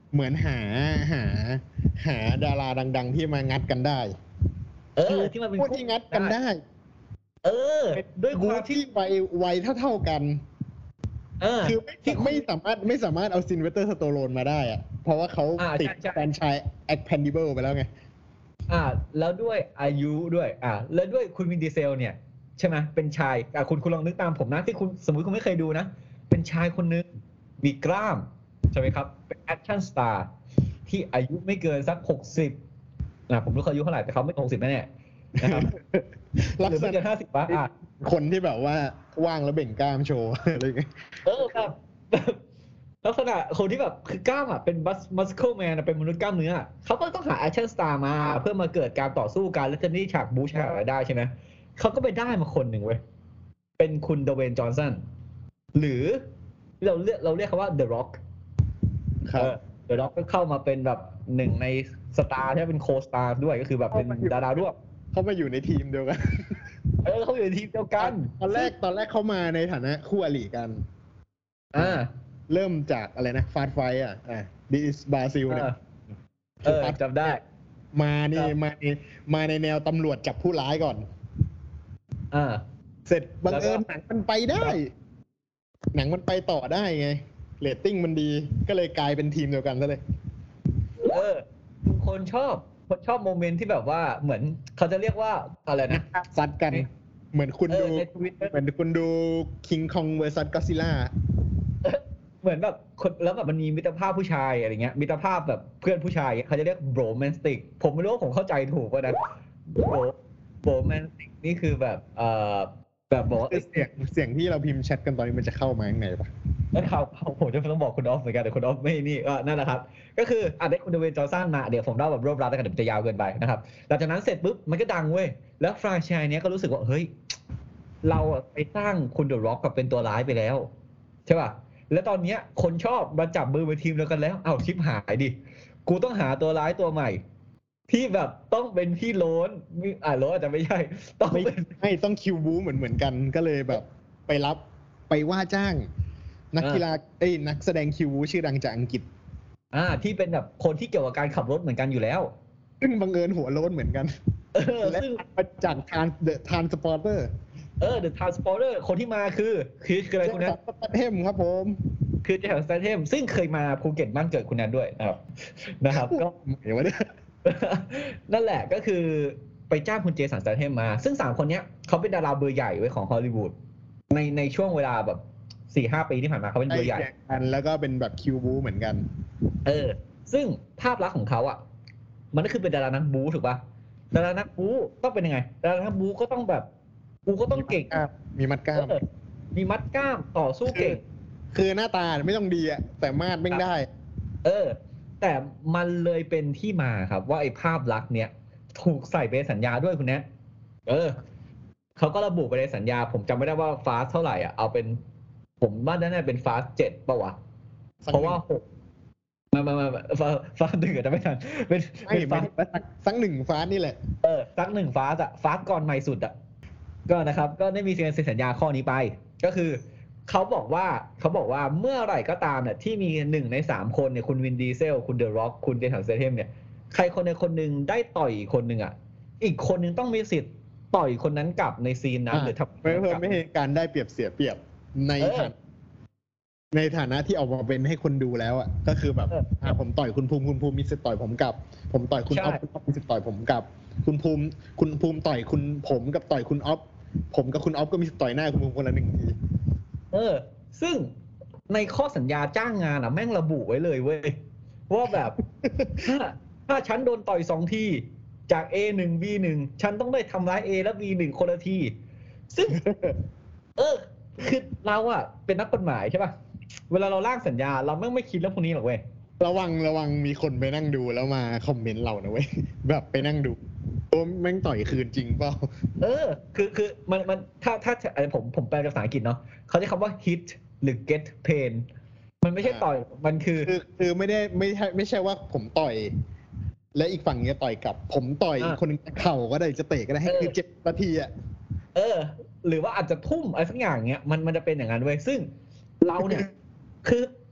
เหมือนหาหาหาดาราดังๆที่มางัดกันได้เออที่มันเป็นพวกที่งัดกันได้เออด้วยความที่วัยวัยเท่าๆกันเออคือไม่ไม่สามารถไม่สามารถเอาซินเวสเตอร์สโตโลนมาได้อะเพราะว่าเขาติดแฟรนไชส์แอคแพนดิเบิลไปแล้วไงอ่าแล้วด้วยอายุด้วยอ่าแล้วด้วยคุณวินดีเซลเนี่ยใช่ไหมเป็นชายอ่าคุณคุณลองนึกตามผมนะที่คุณสมมุติคุณไม่เคยดูนะเป็นชายคนนึงมีกล้ามใช่ไหมครับเป็นแอคชั่นสตาร์ที่อายุไม่เกินสักหกสิบนะผมรู้เขาอายุเท่าไหร่แต่เขาไม่หกสิบแน่ๆนะครับหรือไม่เกินห้าสิบป่ะอ่ะคนที่แบบว่าว่างแล้วเบ่งกล้ามโชว์อะไรเงี้ยเออแบบลักษณะคนที่แบบคือกล้ามอ่ะเป็นบัสมัสเคิลแมนเป็นมนุษย์กล้ามเนื้อเขาก็ต้องหาแอคชั่นสตาร์มาเพื่อมาเกิดการต่อสู้กันแล้วจะนี่ฉากบู๊ฉากอะไรได้ใช่ไหมเขาก็ไปได้มาคนหนึ่งเว้ยเป็นคุณโดเวนจอห์นสันหรือเราเรียกเราเรียกเขาว่า The Rock ครับ The Rock ก็เข้ามาเป็นแบบหนึ่งในสตาร์ที่เป็นโคสตาร์ด้วยก็คือแบบเป็นดาราร่วมเขามาอยู่ในทีมเดียวกันเออเขาอยู่ในทีมเดียวกันตอนแรกตอนแรกเขามาในฐานะคู่อริกันอ่าเริ่มจากอะไรนะฟาสไฟอ่ะอ่าดิสบราซิลเนี่ยเออจำได้มานี่มาในมาในแนวตำรวจจับผู้ร้ายก่อนอ่าเสร็จบังเอิญหนังมันไปได้หนังมันไปต่อได้ไงเรตติ้งมันดีก็เลยกลายเป็นทีมเดียวกันซะเลยเออคนชอบคนชอบโมเมนต์ที่แบบว่าเหมือนเขาจะเรียกว่าอะไรนะซัดกันเหมือนคุณดูเหมือนคุณดู King Kong vs Godzilla เหมือนแบบคนแล้วแบบมันมีมิตรภาพผู้ชายอะไรเงี้ยมิตรภาพแบบเพื่อนผู้ชายเขาจะเรียกโบรแมนติกผมไม่รู้ว่าผมเข้าใจถูกป่ะนะโบโบรแมนติกนี่คือแบบเอ่อแบบบอกเสียงเสียงที่เราพิมพ์แชทกันตอนนี้มันจะเข้ามาข้างในป่ะแล้วเขาผมจะต้องบอกคุณออฟเหมือนกันแต่คุณออฟไม่นี่ก็นั่นแหละครับก็คืออ่ะได้คุณเดเวนจอห์นสันมาเดี๋ยวผมเล่าแบบรวบรัดแล้วกันเดี๋ยวจะยาวเกินไปนะครับหลังจากนั้นเสร็จปุ๊บมันก็ดังเว้ยแล้วแฟรนไชส์เนี้ยก็รู้สึกว่าเฮ้ยเราไปตั้งคุณเดอะร็อกกับเป็นตัวร้ายไปแล้วใช่ป่ะแล้วตอนเนี้ยคนชอบมาจับมือเป็นทีมเดียวกันแล้วเอ้าชิปหายดิกูต้องหาตัวร้ายตัวใหม่ที่แบบต้องเป็นพี่โลนอ่ะโลนอาจจะไม่ใช่ต้องไม่ไม่ต้องคิวบูเหมือนเหมือนกันก็เลยแบบไปรับไปว่าจ้างนักกีฬาเอ้ยนักแสดงคิวบูชื่อดังจากอังกฤษอ่าที่เป็นแบบคนที่เกี่ยวกับการขับรถเหมือนกันอยู่แล้วซึ่งบังเอิญหัวโล้นเหมือนกันเออซึ่งมาจากทานเดอะทานสปอร์เตอร์เออเดอะทานสปอร์เตอร์คนที่มาคือคือคืออะไรคุณนัทสแตทเทมครับผมคือเจสันสแตทเทมซึ่งเคยมาภูเก็ตบ้านเกิดคุณนัทด้วยนะครับนะครับก็เห็นว่าเนี่ยนั่นแหละก็คือไปจ้างคุณเจสันสแตทเทมมาซึ่งสามคนเนี้ยเขาเป็นดาราเบอร์ใหญ่ไว้ของฮอลลีวูดในในช่วงเวลาแบบ สี่ห้า ปีที่ผ่านมาเขาเป็นเบอร์ใหญ่กันแล้วก็เป็นแบบคิวบูเหมือนกันเออซึ่งภาพลักษณ์ของเขาอ่ะมันก็คือเป็นดารานักบู๊ถูกป่ะดารานักบู๊ต้องเป็นยังไงดารานักบู๊ก็ต้องแบบบู๊ก็ต้องเก่งมีมัดกล้ามมีมัดกล้ามต่อสู้เก่งคือหน้าตาไม่ต้องดีอ่ะแต่มาดไม่ได้เออแต่มันเลยเป็นที่มาครับว่าไอ้ภาพลักษณ์เนี้ยถูกใส่ไปในสัญญาด้วยคุณแนทเออเขาก็ระบุไปในสัญญาผมจำไม่ได้ว่าฟาสเท่าไหร่อ่ะเอาเป็นผมว่าน่าจะเป็นฟาสเจ็ดป่าววะเพราะว่าหกมามามาฟาฟาสหนึ่งจะไม่ทันเป็นเป็นฟาสสักหนึ่งฟาสนี่แหละเออสักหนึ่งฟาสอะฟาสก่อนใหม่สุดอะก็นะครับก็ได้มีเซ็นสัญญาข้อนี้ไปก็คือเขาบอกว่าเขาบอกว่าเมื่อไหร่ก็ตามเนี่ยที่มีหนึ่งในสามคนเนี่ยคุณวินดีเซลคุณเดอะร็อกคุณเจสันสแตทเทมเนี่ยใครคนใดคนหนึ่งได้ต่อยคนหนึ่งอะอีกคนหนึ่งต้องมีสิทธิ์ต่อยคนนั้นกลับในซีนนั้นหรือทำเพื่อไม่ให้การได้เปรียบเสียเปรียบในฐานะในฐานะที่ออกมาเป็นให้คนดูแล้วอ่ะก็คือแบบอ่าผมต่อยคุณภูมิคุณภูมิมีสิทธิ์ต่อยผมกลับผมต่อยคุณออฟคุณออฟมีสิทธิ์ต่อยผมกลับคุณภูมิคุณภูมิต่อยคุณผมกับต่อยคุณออฟผมกับคุณออฟก็มีสิทธิ์ต่อยหน้าคุณภูมิคนละหนึ่งทีเออซึ่งในข้อสัญญาจ้างงานอ่ะแม่งระบุไว้เลยเว้ยว่าแบบถ้าถ้าฉันโดนต่อยสองทีจาก เอ หนึ่ง บี หนึ่ง ฉันต้องได้ทำร้าย A และ บี หนึ่ง คนละทีซึ่งเออคือเราอ่ะเป็นนักกฎหมายใช่ป่ะเวลาเราร่างสัญญาเราไม่ไม่คิดเรื่องพวกนี้หรอกเว้ยระวังระวังมีคนไปนั่งดูแล้วมาคอมเมนต์เรานะเว้ยแบบไปนั่งดูโอ้แม่งต่อยคืนจริงเปล่าเออคือคือมันมันถ้าถ้าผมผมแปลภาษาอังกฤษเนาะเขาใช้คำว่า hit หรือ get pain มันไม่ใช่ต่อยมันคือคือคือไม่ได้ไม่ใช่ไม่ใช่ว่าผมต่อยและอีกฝั่งนี้ต่อยกลับผมต่อยคนนึงเข่าก็ได้จะเตะก็ได้ให้คือเจ็บนาทีอ่ะเออหรือว่าอาจจะทุ่มอะไรสักอย่างเงี้ยมันมันจะเป็นอย่างนั้นเว้ยซึ่งเราเนี่ยคือ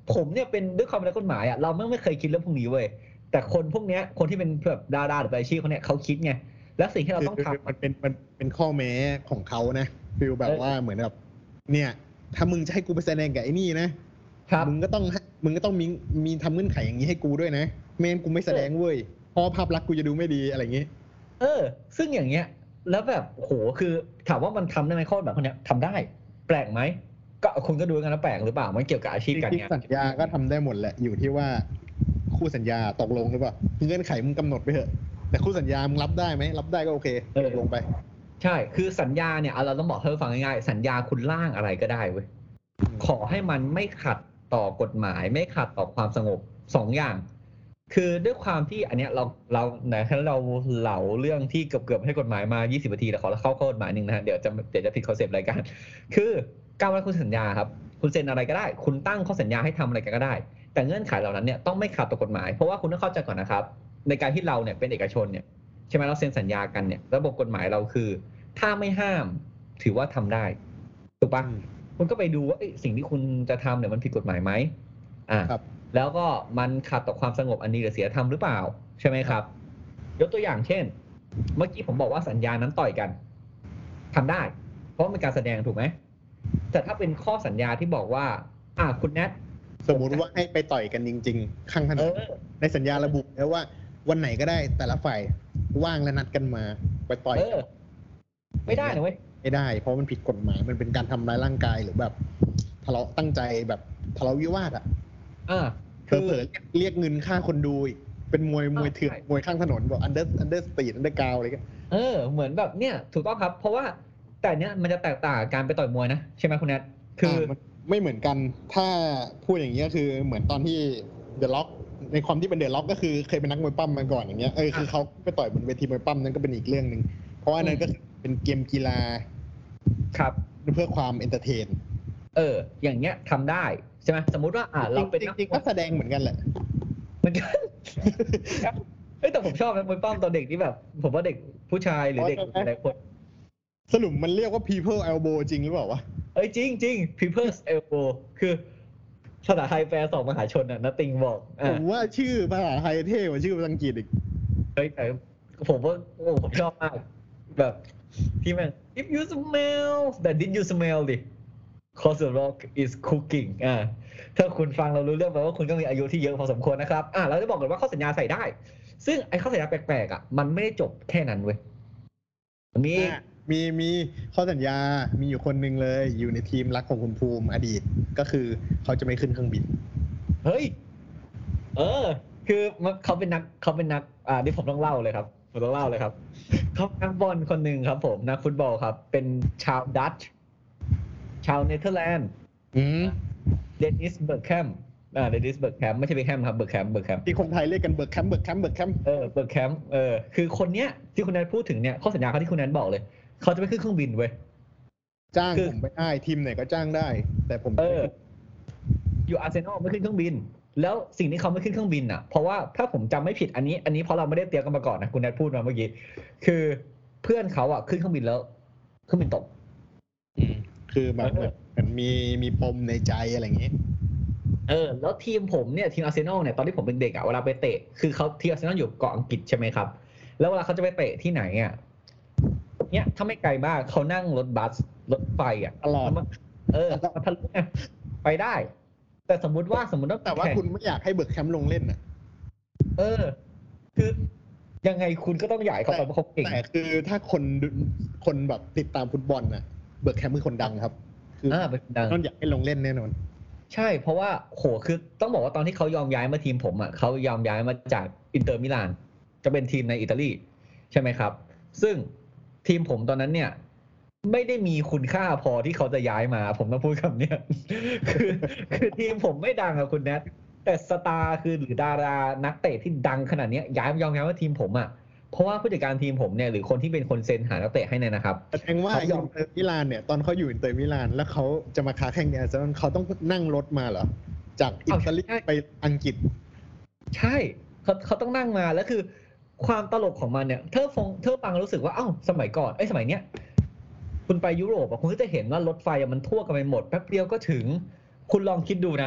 ผมเนี่ยเป็นด้วยความเป็นนักกฎหมายอ่ะเราไม่ไม่เคยคิดเรื่องพวกนี้เว้ยแต่คนพวกเนี้ยคนที่เป็นแบบดาราหรืออาชีพเขาเนี่ยเขาคิดไงแล้วสิ่งที่เราต้องทำมันเป็นมันเป็นข้อแม้ของเขานะฟีลแบบว่าเหมือนแบบเนี่ยถ้ามึงจะให้กูไปแสดงกับไอ้นี่นะครับมึงก็ต้องมึงก็ต้องมีมีทำเงื่อนไขอย่างนี้ให้กูด้วยนะไม่งั้นกูไม่แสดงเว้ยเพราะภาพลักษณ์กูจะดูไม่ดีอะไรอย่างงี้เออซึ่งอย่างเงี้ยแล้วแบบโหคือถามว่ามันทำได้ไหมข้อแบบพวกเนี้ยทำได้แปลกไหมก็คุณก็ดูกันนะแปลกหรือเปล่ามันเกี่ยวกับอาชีพกันเนี่ยสัญญาก็ทำได้หมดแหละอยู่ที่ว่าคู่สัญญาตกลงหรือเปล่าเงื่อนไขมึงกำหนดไปเถอะแต่คู่สัญญามึงรับได้ไหมรับได้ก็โอเคตกลงไปใช่คือสัญญาเนี่ยเราต้องบอกให้ฟังง่ายๆสัญญาคุณร่างอะไรก็ได้เว้ยขอให้มันไม่ขัดต่อกฎหมายไม่ขัดต่อความสงบสองอย่างคือด้วยความที่อันเนี้ยเราเราไหนให้เราเหลาเรื่องที่เกือบๆให้กฎหมายมายี่สิบนาทีแล้วขอเข้าข้อกฎหมายนึงนะฮะเดี๋ยวจะเดี๋ยวจะผิดคอนเซปต์รายการคือการว่าคุณสัญญาครับคุณเซ็นอะไรก็ได้คุณตั้งข้อสัญญาให้ทำอะไรก็ได้แต่เงื่อนไขเหล่านั้นเนี่ยต้องไม่ขัดต่อกฎหมายเพราะว่าคุณต้องเข้าใจก่อนนะครับในการที่เราเนี่ยเป็นเอกชนเนี่ยใช่ไหมเราเซ็นสัญญากันเนี่ยระบบกฎหมายเราคือถ้าไม่ห้ามถือว่าทำได้ถูกปะคุณก็ไปดูว่าสิ่งที่คุณจะทำเนี่ยมันผิดกฎหมายไหมอ่าแล้วก็มันขัดต่อความสงบอันนี้หรือศีลธรรมหรือเปล่าใช่ไหมครับยกตัวอย่างเช่นเมื่อกี้ผมบอกว่าสัญญานั้นต่อยกันทำได้เพราะเป็นการแสดงถูกไหมแต่ถ้าเป็นข้อสัญญาที่บอกว่าอ่าคุณแนทสมมุติว่าให้ไปต่อยกันจริงๆข้างถนนในสัญญาระบุแล้วว่าวันไหนก็ได้แต่ละฝ่ายว่างและนัดกันมาไปต่อยไม่ได้นะเว้ยไม่ได้เพราะมันผิดกฎหมายมันเป็นการทำร้ายร่างกายหรือแบบทะเลาะตั้งใจแบบทะเลาะวิวาทอ่ะอ่าเผลอๆเรียกเงินค่าคนดูอีกเป็นมวยมวยเถื่อนมวยข้างถนนบอกอันเดอร์อันเดอร์สตรีทอันเดอร์กราวอะไรกันเออเหมือนแบบเนี้ยถูกต้องครับเพราะว่าแต่เนี้ยมันจะแตกต่างการไปต่อยมวยนะใช่ไหมคุณแนทคือไม่เหมือนกันถ้าพูดอย่างนี้ก็คือเหมือนตอนที่เดอะล็อกในความที่เป็นเดอะล็อกก็คือเคยเป็นนักมวยปั้มมาก่อนอย่างเงี้ยเออคือเขาไปต่อยบนเวทีมวยปั้มนั่นก็เป็นอีกเรื่องนึงเพราะว่านั่นก็เป็นเกมกีฬาครับเพื่อความเอนเตอร์เทนเอออย่างเงี้ยทำได้ใช่ไหมสมมุติว่าอ่าเราเป็นจริงๆก็แสดงเหมือนกันแหละเหมือนกันเฮ้ยแต่ผมชอบนะมวยปั้มตอนเด็กที่แบบผมว่าเด็กผู้ชายหรือเด็กหลายคนสรุปมันเรียกว่า people elbow จริงหรือเปล่าวะเอ้ยจริงจริง people's elbow คือภาษาไทยแปลสองมหาชนน่ะนะติงบอกผมว่าชื่อภาษาไทยเท่กว่าชื่อภาษาอังกฤษอีกเฮ้ยแต่ผมว่าโอ้ผมชอบมากแบบที่แม่ง if you smell that did you smell ดิ cause the rock is cooking อ่าถ้าคุณฟังเรารู้เรื่องแปลว่าคุณก็มีอายุที่เยอะพอสมควรนะครับอ่าเราจะบอกกันว่าข้อสัญญาใส่ได้ซึ่งไอ้ข้อสัญญาแปลกๆอ่ะมันไม่ได้จบแค่นั้นเว้ยมีมีมีข้อสัญญามีอยู่คนหนึ่งเลยอยู่ในทีมรักของคุณภูมิอดีตก็คือเขาจะไม่ขึ้นเครื่องบินเฮ้ยเออคือเขาเป็นนักเขาเป็นนักอ่านี่ผมต้องเล่าเลยครับผมต้องเล่าเลยครับเขานักบอลคนหนึ่งครับผมนักฟุตบอลครับเป็นชาวดัตช์ชาวเนเธอร์แลนด์อืมเดนิสเบิร์กแคมอ่าเดนิสเบิร์กแคมไม่ใช่เบคแฮมครับเบิร์กแคมเบิร์กแคมที่คนไทยเรียกกันเบิร์กแคมเบิร์กแคมเบิร์กแคมเออเบิร์กแคมเออคือคนเนี้ยที่คุณแนนพูดถึงเนี่ยข้อสัญญาเขาที่คุณแนนบอกเลยเขาจะไม่ขึ้นเครื่องบินเว้ยจ้างผมไม่ได้ทีมไหนก็จ้างได้แต่ผมเอออยู่อาร์เซนอลไม่ขึ้นเครื่องบินแล้วสิ่งที่เขาไม่ขึ้นเครื่องบินอ่ะเพราะว่าถ้าผมจำไม่ผิดอันนี้อันนี้เพราะเราไม่ได้เตรียมกันมาก่อนนะคุณแนทพูดมาเมื่อกี้คือเพื่อนเขาอ่ะขึ้นเครื่องบินแล้วเครื่องบินตกอืมคือแบบเหมือนมีมีปมในใจอะไรอย่างงี้เออแล้วทีมผมเนี่ยทีมอาร์เซนอลเนี่ยตอนที่ผมเป็นเด็กอ่ะเวลาไปเตะคือเขาทีมอาร์เซนอลอยู่เกาะอังกฤษใช่ไหมครับแล้วเวลาเขาจะไปเตะที่ไหนอ่ะเนี่ยถ้าไม่ไกลมากเขานั่งรถบัสรถไฟอ่ะตลอดเออมาทะลุไปได้แต่สมมุติว่าสมมุติว่าแต่ว่าคุณไม่อยากให้เบิร์กแคมป์ลงเล่นน่ะเออคือยังไงคุณก็ต้องอยากเขาไปเพราะเขาเก่งแต่คือถ้าคนคนแบบติดตามฟุตบอลน่ะเบิร์กแคมป์คือคนดังครับคืออ่าเป็นดังต้องอยากให้ลงเล่นแน่นอนใช่เพราะว่าโหคือต้องบอกว่าตอนที่เขายอมย้ายมาทีมผมอ่ะเขายอมย้ายมาจากอินเตอร์มิลานจะเป็นทีมในอิตาลีใช่ไหมครับซึ่งทีมผมตอนนั้นเนี่ยไม่ได้มีคุณค่าพอที่เขาจะย้ายมาผมต้องพูดคำนี้คือคือทีมผมไม่ดังอะคุณแนทแต่สตาร์คือหรือดารานักเตะที่ดังขนาดนี้ย้ายยอมย้ายมาทีมผมอะเพราะว่าผู้จัดการทีมผมเนี่ยหรือคนที่เป็นคนเซ็นหานักเตะให้เนี่ยนะครับแสดงว่าอินเตอร์มิลานเนี่ยตอนเขาอยู่อินเตอร์มิลานแล้วเขาจะมาค้าแข่งเนี่ยเขาต้องนั่งรถมาเหรอจากอิตาลีไปอังกฤษใช่เขาเขาต้องนั่งมาแล้วคือความตลกของมันเนี่ยเธอฟงเธอฟังรู้สึกว่าเอ้าสมัยก่อนไอ้สมัยเนี้ยคุณไปยุโรปอ่ะคุณก็จะเห็นว่ารถไฟมันทั่วกันไปหมดแป๊บเดียวก็ถึงคุณลองคิดดูนะ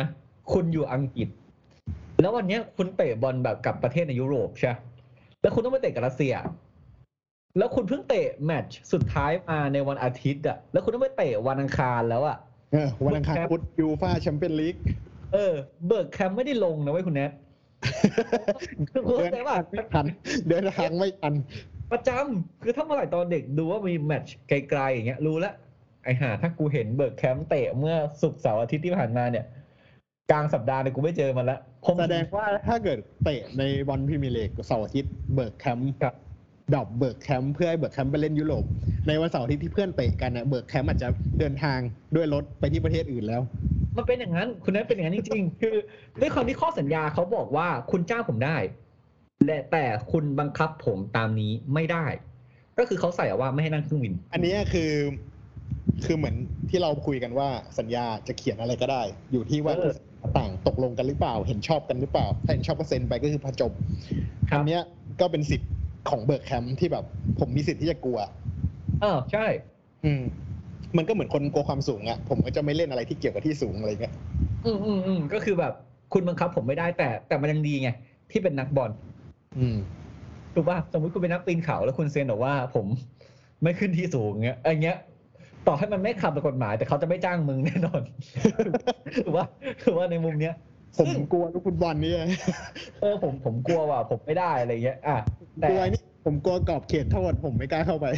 คุณอยู่อังกฤษแล้ววันนี้คุณเตะบอลแบบกับประเทศในยุโรปใช่แล้วคุณต้องไปเตะกับรัสเซียแล้วคุณเพิ่งเตะแมตช์สุดท้ายมาในวันอาทิตย์อ่ะแล้วคุณต้องไปเตะวันอังคารแล้วอ่ะเออวันอังคารฟุตยูฟ่าแชมเปี้ยนลีกเออเบิร์กแคมป์ไม่ได้ลงนะเว้ยคุณแนทคือเข้าใจว่าไม่ทันเดินทางไม่ทันประจำคือถ้าเมื่อไหร่ตอนเด็กดูว่ามีแมตช์ไกลๆอย่างเงี้ยรู้แล้วไอ้ห่าถ้ากูเห็นเบิร์กแคมป์เตะเมื่อศุกร์เสาร์อาทิตย์ที่ผ่านมาเนี่ยกลางสัปดาห์เนี่ยกูไม่เจอมันแล้วแสดงว่าถ้าเกิดเตะในบอลพรีเมียร์ลีกเสาร์อาทิตย์เบิร์กแคมป์ดรอปเบิร์กแคมป์เพื่อให้เบิร์กแคมป์ไปเล่นยุโรปในวันเสาร์อาทิตย์ที่เพื่อนเตะกันเนี่ยเบิร์กแคมป์อาจจะเดินทางด้วยรถไปที่ประเทศอื่นแล้วมันเป็นอย่างนั้นคุณนั้นเป็นอย่างนั้นจริงๆคือด้วยความที่ข้อสัญญาเขาบอกว่าคุณจ้างผมได้และแต่คุณบังคับผมตามนี้ไม่ได้ก็คือเขาใส่ว่าไม่ให้นั่งเครื่องบินอันนี้คือคือเหมือนที่เราคุยกันว่าสัญญาจะเขียนอะไรก็ได้อยู่ที่ว่าต่างตกลงกันหรือเปล่าเห็นชอบกันหรือเปล่าถ้าเห็นชอบก็เซ็นไปก็คือพอจบอันนี้ก็เป็นสิทธิ์ของเบิร์กแคมป์ที่แบบผมมีสิทธิ์ที่จะกลัวเออใช่อืมมันก็เหมือนคนกลัวความสูงอ่ะผมก็จะไม่เล่นอะไรที่เกี่ยวกับที่สูงอะไรเงี้ยอืมอืมอืมก็คือแบบคุณบังคับผมไม่ได้แต่แต่มันยังดีไงที่เป็นนักบอลอืมถูกป่ะสมมติคุณเป็นนักปีนเขาแล้วคุณเซ็นบอกว่าผมไม่ขึ้นที่สูงเงี้ยอันเงี้ยต่อให้มันไม่ขัดต่อกฎหมายแต่เขาจะไม่จ้างมึงแน่นอนถือว่าถือว่าในมุมเนี้ยผมกลัวลูกฟุตบอลนี่เออผมผมกลัวว่าผมไม่ได้อะไรเงี้ยอ่ะแต่กลัวนี่ผมกลัวกรอบเขตโทษผมไม่กล้าเข้าไป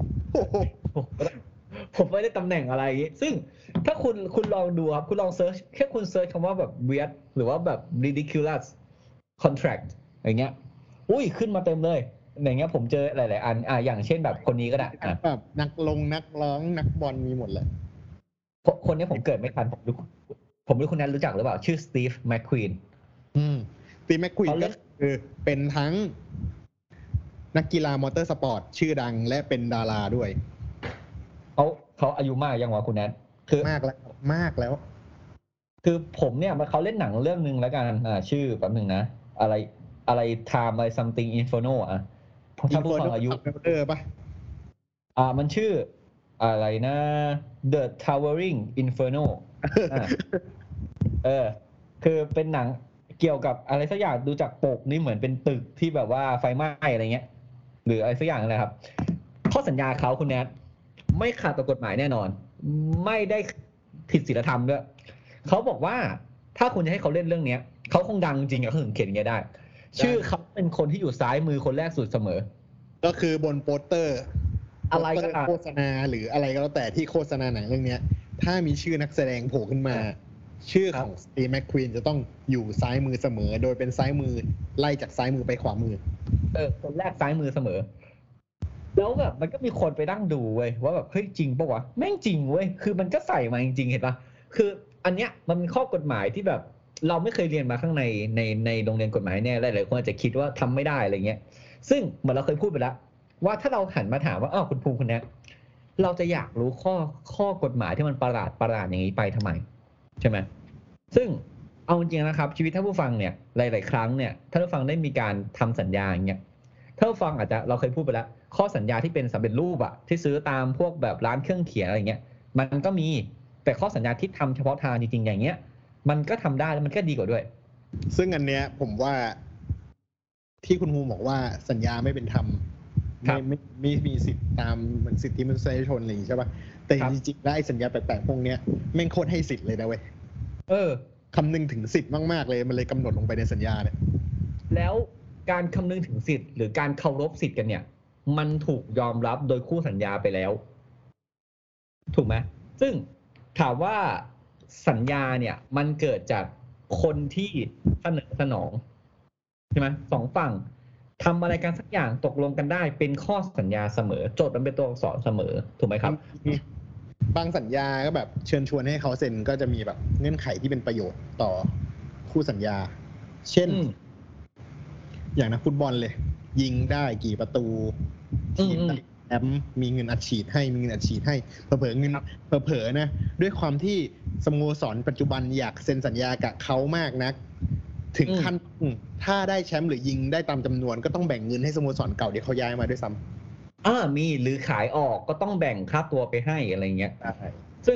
ผมไม่ได้ตำแหน่งอะไรอย่างงี้ซึ่งถ้าคุณคุณลองดูครับคุณลองเซิร์ชแค่คุณเซิร์ชคำว่าแบบ weird หรือว่าแบบ ridiculous contract อย่างเงี้ยอุ้ยขึ้นมาเต็มเลยอย่างเงี้ยผมเจอหลายๆอันอ่ะอย่างเช่นแบบคนนี้ก็ได้อ่ะแบบนักลงนักร้องนักบอลมีหมดเลยคนนี้ผมเกิดไม่ทันผมรู้ผมรู้คุณนั้นรู้จักหรือเปล่าชื่อสตีฟแมคควีนอืมสตีฟแมคควีนก็คือเป็นทั้งนักกีฬามอเตอร์สปอร์ตชื่อดังและเป็นดาราด้วยเขาเขาอายุมากยังวะคุณแนทคือมากแล้วมากแล้วคือผมเนี่ยเขาเล่นหนังเรื่องนึงแล้วกันอ่าชื่อแป๊บนึงนะอะไรอะไร time อะไร something inferno อ่ะถ้าผู้ฟังอายุเออป่ะอ่ามันชื่ออะไรนะ The Towering Inferno อ่าเออคือเป็นหนังเกี่ยวกับอะไรสักอย่างดูจากปกนี่เหมือนเป็นตึกที่แบบว่าไฟไหม้อะไรเงี้ยหรืออะไรสักอย่างอะไรครับข้อสัญญาเขาคุณแนทไม่ขัดต่อกฎหมายแน่นอนไม่ได้ผิดศีลธรรมด้วยเขาบอกว่าถ้าคุณจะให้เขาเล่นเรื่องนี้เขาคงดังจริงอะเขาถึงเขียนอย่างนี้ได้ชื่อเขาเป็นคนที่อยู่ซ้ายมือคนแรกสุดเสมอก็คือบนโปสเตอร์อะไรก็ตามโฆษณาหรืออะไรก็แล้วแต่ที่โฆษณาหนังเรื่องนี้ถ้ามีชื่อนักแสดงโผล่ขึ้นมาชื่อของสตีฟแมคควีนจะต้องอยู่ซ้ายมือเสมอโดยเป็นซ้ายมือไล่จากซ้ายมือไปขวามือเออคนแรกซ้ายมือเสมอแล้วแบบมันก็มีคนไปนั่งดูเว้ยว่าแบบเฮ้ยจริงปะวะแม่งจริงเว้ยคือมันก็ใส่มาจริงๆเห็นปะคืออันเนี้ยมันเป็นข้อกฎหมายที่แบบเราไม่เคยเรียนมาข้างในในในโรงเรียนกฎหมายแน่หลายๆคนอาจจะคิดว่าทำไม่ได้อะไรเงี้ยซึ่งเหมือนเราเคยพูดไปแล้วว่าถ้าเราหันมาถามว่าอ้าวคุณภูมิคนนี้เราจะอยากรู้ข้อข้อกฎหมายที่มันประหลาดประหลาดอย่างนี้ไปทำไมใช่ไหมซึ่งเอาจริงๆนะครับชีวิตท่านผู้ฟังเนี่ยหลายๆครั้งเนี่ยท่านผู้ฟังได้มีการทำสัญญาอย่างเงี้ยท่านผู้ฟังอาจจะเราเคยพูดไปแล้วข้อสัญญาที่เป็นสำเร็จรูปอะที่ซื้อตามพวกแบบร้านเครื่องเขียนอะไรเงี้ยมันก็มีแต่ข้อสัญญาที่ทำเฉพาะทางจริงๆอย่างเงี้ยมันก็ทำได้แล้วมันก็ดีกว่าด้วยซึ่งอันเนี้ยผมว่าที่คุณภูมิบอกว่าสัญญาไม่เป็นธรรมไม่ไม่ไม่มีสิทธิ์ตามมันสิทธิมนุษยชนอะไรอย่างงี้ใช่ป่ะแต่จริงๆแล้วไอ้สัญญาแปลกๆพวกเนี้ยแม่งโคตรให้สิทธิ์เลยนะเว้ยเออคำนึงถึงสิทธิ์มากๆเลยมันเลยกำหนดลงไปในสัญญาเนี่ยแล้วการคำนึงถึงสิทธิ์หรือการเคารพสิทธิ์กันเนี่ยมันถูกยอมรับโดยคู่สัญญาไปแล้วถูกไหมซึ่งถามว่าสัญญาเนี่ยมันเกิดจากคนที่เสนอสนองใช่ไหมสองฝั่งทำอะไรกันสักอย่างตกลงกันได้เป็นข้อสัญญาเสมอโจทย์มันเป็นตัวอักษรเสมอถูกไหมครับบางสัญญาก็แบบเชิญชวนให้เขาเซ็นก็จะมีแบบเงื่อนไขที่เป็นประโยชน์ต่อคู่สัญญาเช่นอย่างนักฟุตบอลเลยยิงได้กี่ประตูทีมได้แชมป์มีเงินอัดฉีดให้มีเงินอัดฉีดให้เผลอๆเงินเผลอๆนะด้วยความที่สโมสรปัจจุบันอยากเซ็นสัญญากับเขามากนักถึงขั้นถ้าได้แชมป์หรือยิงได้ตามจำนวนก็ต้องแบ่งเงินให้สโมสรเก่าที่เขาย้ายมาด้วยซ้ำอ่ามีหรือขายออกก็ต้องแบ่งค่าตัวไปให้อะไรเงี้ยซึ่ง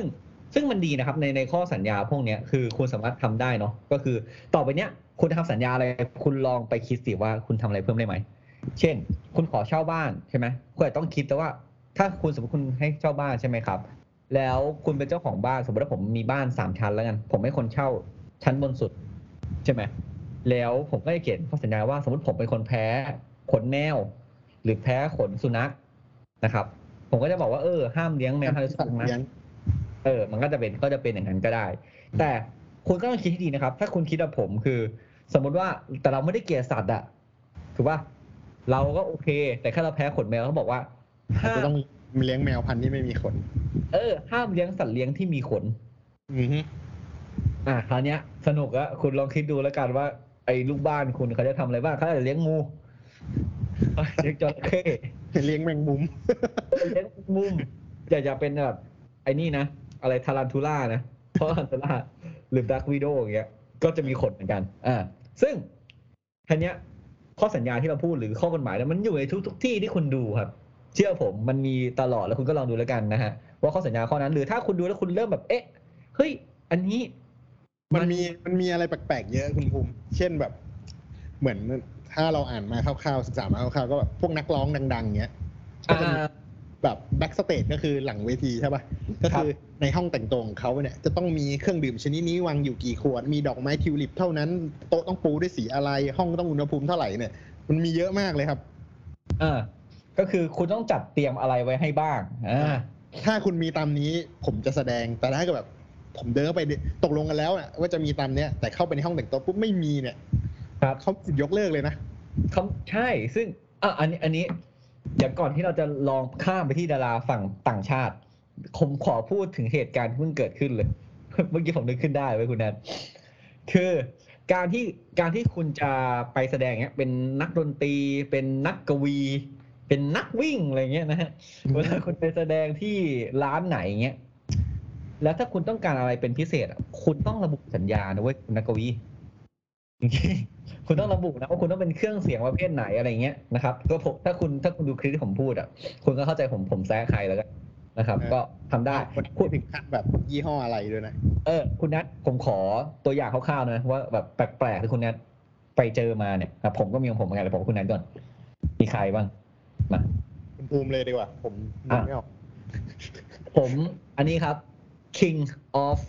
ซึ่งมันดีนะครับในในข้อสัญญาพวกนี้คือคุณสามารถทำได้เนาะก็คือต่อไปเนี้ยคุณทำสัญญาอะไรคุณลองไปคิดสิว่าคุณทำอะไรเพิ่มได้ไหมเช่นคุณขอเช่าบ้านใช่ไหมคุณอาจต้องคิดแต่ว่าถ้าคุณสมมติคุณให้เช่าบ้านใช่ไหมครับแล้วคุณเป็นเจ้าของบ้านสมมติว่าผมมีบ้านสามชั้นแล้วกันผมให้คนเช่าชั้นบนสุดใช่ไหมแล้วผมก็จะเขียนข้อสัญญาว่าสมมติผมเป็นคนแพ้ขนแมวหรือแพ้ขนสุนัขนะครับผมก็จะบอกว่าเออห้ามเลี้ยงแมวห้ามเลี้ยงสุนัขนะเออมันก็จะเป็นก็จะเป็นอย่างนั้นก็ได้แต่คุณก็ต้องคิดให้ดีนะครับถ้าคุณคิดแบบผมคือสมมติว่าแต่เราไม่ได้เกลียดสัตว์อะถูกป่ะเราก็โอเคแต่แค่เราแพ้ขนแมวเขาบอกว่าห้ามต้องเลี้ยงแมวพันธุ์ที่ไม่มีขนเออห้ามเลี้ยงสัตว์เลี้ยงที่มีขนอือฮึอ่ะคราวเนี้ยสนุกอะคุณลองคิดดูแล้วกันว่าไอ้ลูกบ้านคุณเขาจะทำอะไรบ้างเขาจะเลี้ยงงูเลี้ยงจระเข้เลี้ยงแมงมุมเลี้ยงมุมอย่าอย่าเป็นแบบไอ้นี่นะอะไรทารันทูล่านะเพราะทารันทูล่าหรือแบล็กวิโดว์อย่างเงี้ยก็จะมีขนเหมือนกันอ่าซึ่งทีเนี้ยข้อสัญญาที่เราพูดหรือข้อกฎหมายเนี่ยมันอยู่ในทุกทุกที่ที่คุณดูครับเชื่อผมมันมีตลอดแล้วคุณก็ลองดูแล้วกันนะฮะว่าข้อสัญญาข้อนั้นหรือถ้าคุณดูแล้วคุณเริ่มแบบเอ๊ะเฮ้ยอันนี้มันมีมันมีอะไรแปลกๆเยอะคุณภูมิเช่นแบบเหมือนถ้าเราอ่านมาคร่าวๆศึกษามาคร่าวๆก็แบบพวกนักร้องดังๆเงี้ยแบบแบ็กสเตจก็คือหลังเวทีใช่ป่ะก็คือในห้องแต่งตัวของเขาเนี่ยจะต้องมีเครื่องดื่มชนิดนี้วางอยู่กี่ขวดมีดอกไม้ทิวลิปเท่านั้นโต๊ะต้องปูด้วยสีอะไรห้องต้องอุณหภูมิเท่าไหร่เนี่ยมันมีเยอะมากเลยครับอ่าก็คือคุณต้องจัดเตรียมอะไรไว้ให้บ้างอ่าถ้าคุณมีตามนี้ผมจะแสดงแต่ถ้าเกิดแบบผมเดินเข้าไปตกลงกันแล้วนะว่าจะมีตามเนี้ยแต่เข้าไปในห้องแต่งตัวปุ๊บไม่มีเนี่ยครับเขายกเลิกเลยนะเขาใช่ซึ่งอ่ะอันนี้อันนี้เดี๋ยวก่อนที่เราจะลองข้ามไปที่ดาราฝั่งต่างชาติผมขอพูดถึงเหตุการณ์ที่เพิ่งเกิดขึ้นเลยเมื่อกี้ผมนึกขึ้นได้ไว้คุณแนทคือการที่การที่คุณจะไปแสดงเงี้ยเป็นนักดนตรีเป็นนักกวีเป็นนักวิ่งอะไรเงี้ยนะฮะเวลาคุณไปแสดงที่ร้านไหนเงี้ยแล้วถ้าคุณต้องการอะไรเป็นพิเศษคุณต้องระบุสัญญานะเว้ยคุณนักกวีจริงๆคุณต้องระบุนะว่าคุณต้องเป็นเครื่องเสียงประเภทไหนอะไรเงี้ยนะครับก็ผมถ้าคุณถ้าคุณดูคลิปที่ผมพูดอ่ะคุณก็เข้าใจผมผมแซะใครแล้วกันนะครับก็ทำได้พูดถึงขั้นแบบยี่ห้ออะไรด้วยนะเออคุณนัทผมขอตัวอย่างคร่าวๆนะว่าแบบแปลกๆที่คุณนัทไปเจอมาเนี่ยผมก็มีของผมเหมือนกันแต่ผมคุณนัทก่อนมีใครบ้างมาคุณภูมิเลยดีกว่าผมนึกไม่ออกผมอันนี้ครับ King of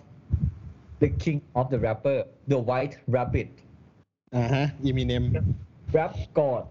the King of the Rapper the White Rabbit อ่าฮะ Eminem Rap God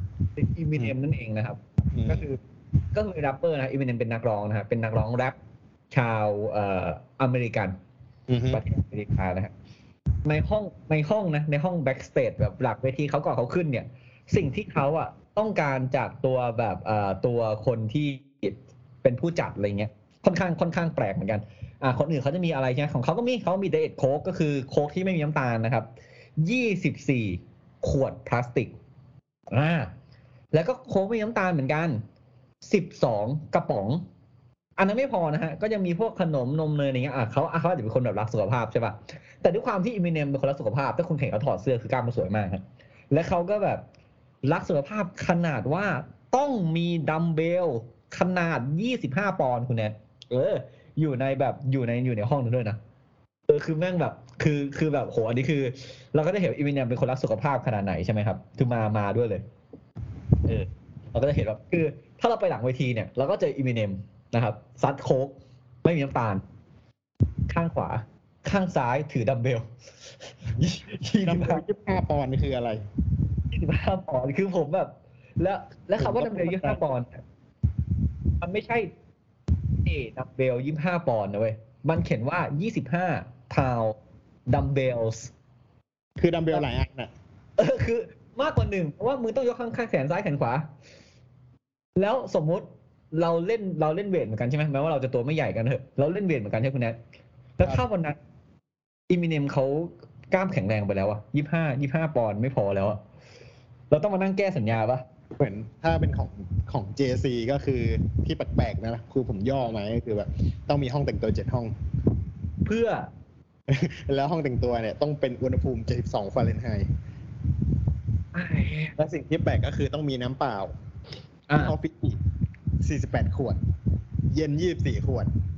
Eminem นั่นเองนะครับก็คือก็คือแรปเปอร์นะ Eminem เป็นนักร้องนะครับเป็นนักร้องแรปชาวเอ่ออเมริกันประเทศอเมริกานะครับในห้องในห้องนะในห้อง backstage แบบหลักเวทีเขาก่อนเขาขึ้นเนี่ยสิ่งที่เขาอ่ะต้องการจากตัวแบบเอ่อตัวคนที่เป็นผู้จัดอะไรเงี้ยค่อนข้างค่อนข้างแปลกเหมือนกันอ่าคนอื่นเขาจะมีอะไรใช่ไหมของเขาก็มีเขามีไดเอทโค้กก็คือโค้กที่ไม่มีน้ำตาลนะครับยี่สิบสี่ขวดพลาสติกอ่าแล้วก็โค้กไม่มีน้ำตาลเหมือนกันสิบสองกระป๋องอันนั้นไม่พอนะฮะก็ยังมีพวกขนมนมเนยอะไรเงี้ยอ่ะเขาเขาอาจจะเป็นคนแบบรักสุขภาพใช่ป่ะแต่ด้วยความที่อิมิเนมเป็นคนรักสุขภาพถ้าคุณเห็นเขาถอดเสื้อคือกล้ามมันสวยมากครับและเขาก็แบบรักสุขภาพขนาดว่าต้องมีดัมเบลขนาดยี่สิบห้าปอนด์คุณแนทเอออยู่ในแบบอยู่ในอยู่ในห้องนั้นด้วยนะเออคือแม่งแบบคือคือแบบโหอันนี้คือเราก็ได้เห็นอิมิเนมเป็นคนรักสุขภาพขนาดไหนใช่ไหมครับคือมามาด้วยเลยเออเราก็จะเห็นแบบคือถ้าเราไปหลังเวทีเนี่ยเราก็เจออิมิเนมนะครับซัดโค้กไม่มีน้ำตาลข้างขวาข้างซ้ายถือดัมเบลยี่สิบห้าปอนด์นี่คืออะไรยี่สิบห้าปอนด์คือผมแบบแล้วแล้วคำว่าดัมเบลยี่สิบห้าปอนด์มันไม่ใช่เอดัมเบลยี่สิบห้าปอนด์นะเว้ยมันเขียนว่ายี่สิบห้าพาวด์ดัมเบลส์คือดัมเบลหลายอันน่ะเออคือมากกว่าหนึ่งเพราะว่ามือต้องยกข้างข้างแขนซ้ายแขนขวาแล้วสมมุติเราเล่นเราเล่นเวทเหมือนกันใช่ไหมแม้ว่าเราจะตัวไม่ใหญ่กันเถอะเราเล่นเวทเหมือนกันใช่คุณแนทแล้วถ้าวันนั้นอิมิเนมเขากล้ามแข็งแรงไปแล้วอะยี่สิบห้ายี่สิบห้าปอนด์ไม่พอแล้วอะเราต้องมานั่งแก้สัญญาปะเหมือนถ้าเป็นของของ เจ ซี ก็คือที่แปลกๆนะคือผมย่อมาก็คือแบบต้องมีห้องแต่งตัวเจ็ดห้องเพื่อแล้วห้องแต่งตัวเนี่ยต้องเป็นอุณหภูมิเจ็ดสิบสองฟาเรนไฮต์และสิ่งที่แปลกก็คือต้องมีน้ำเปล่าออฟฟิศสี่สิบแปดขวดเย็นยี่สิบสี่ขวด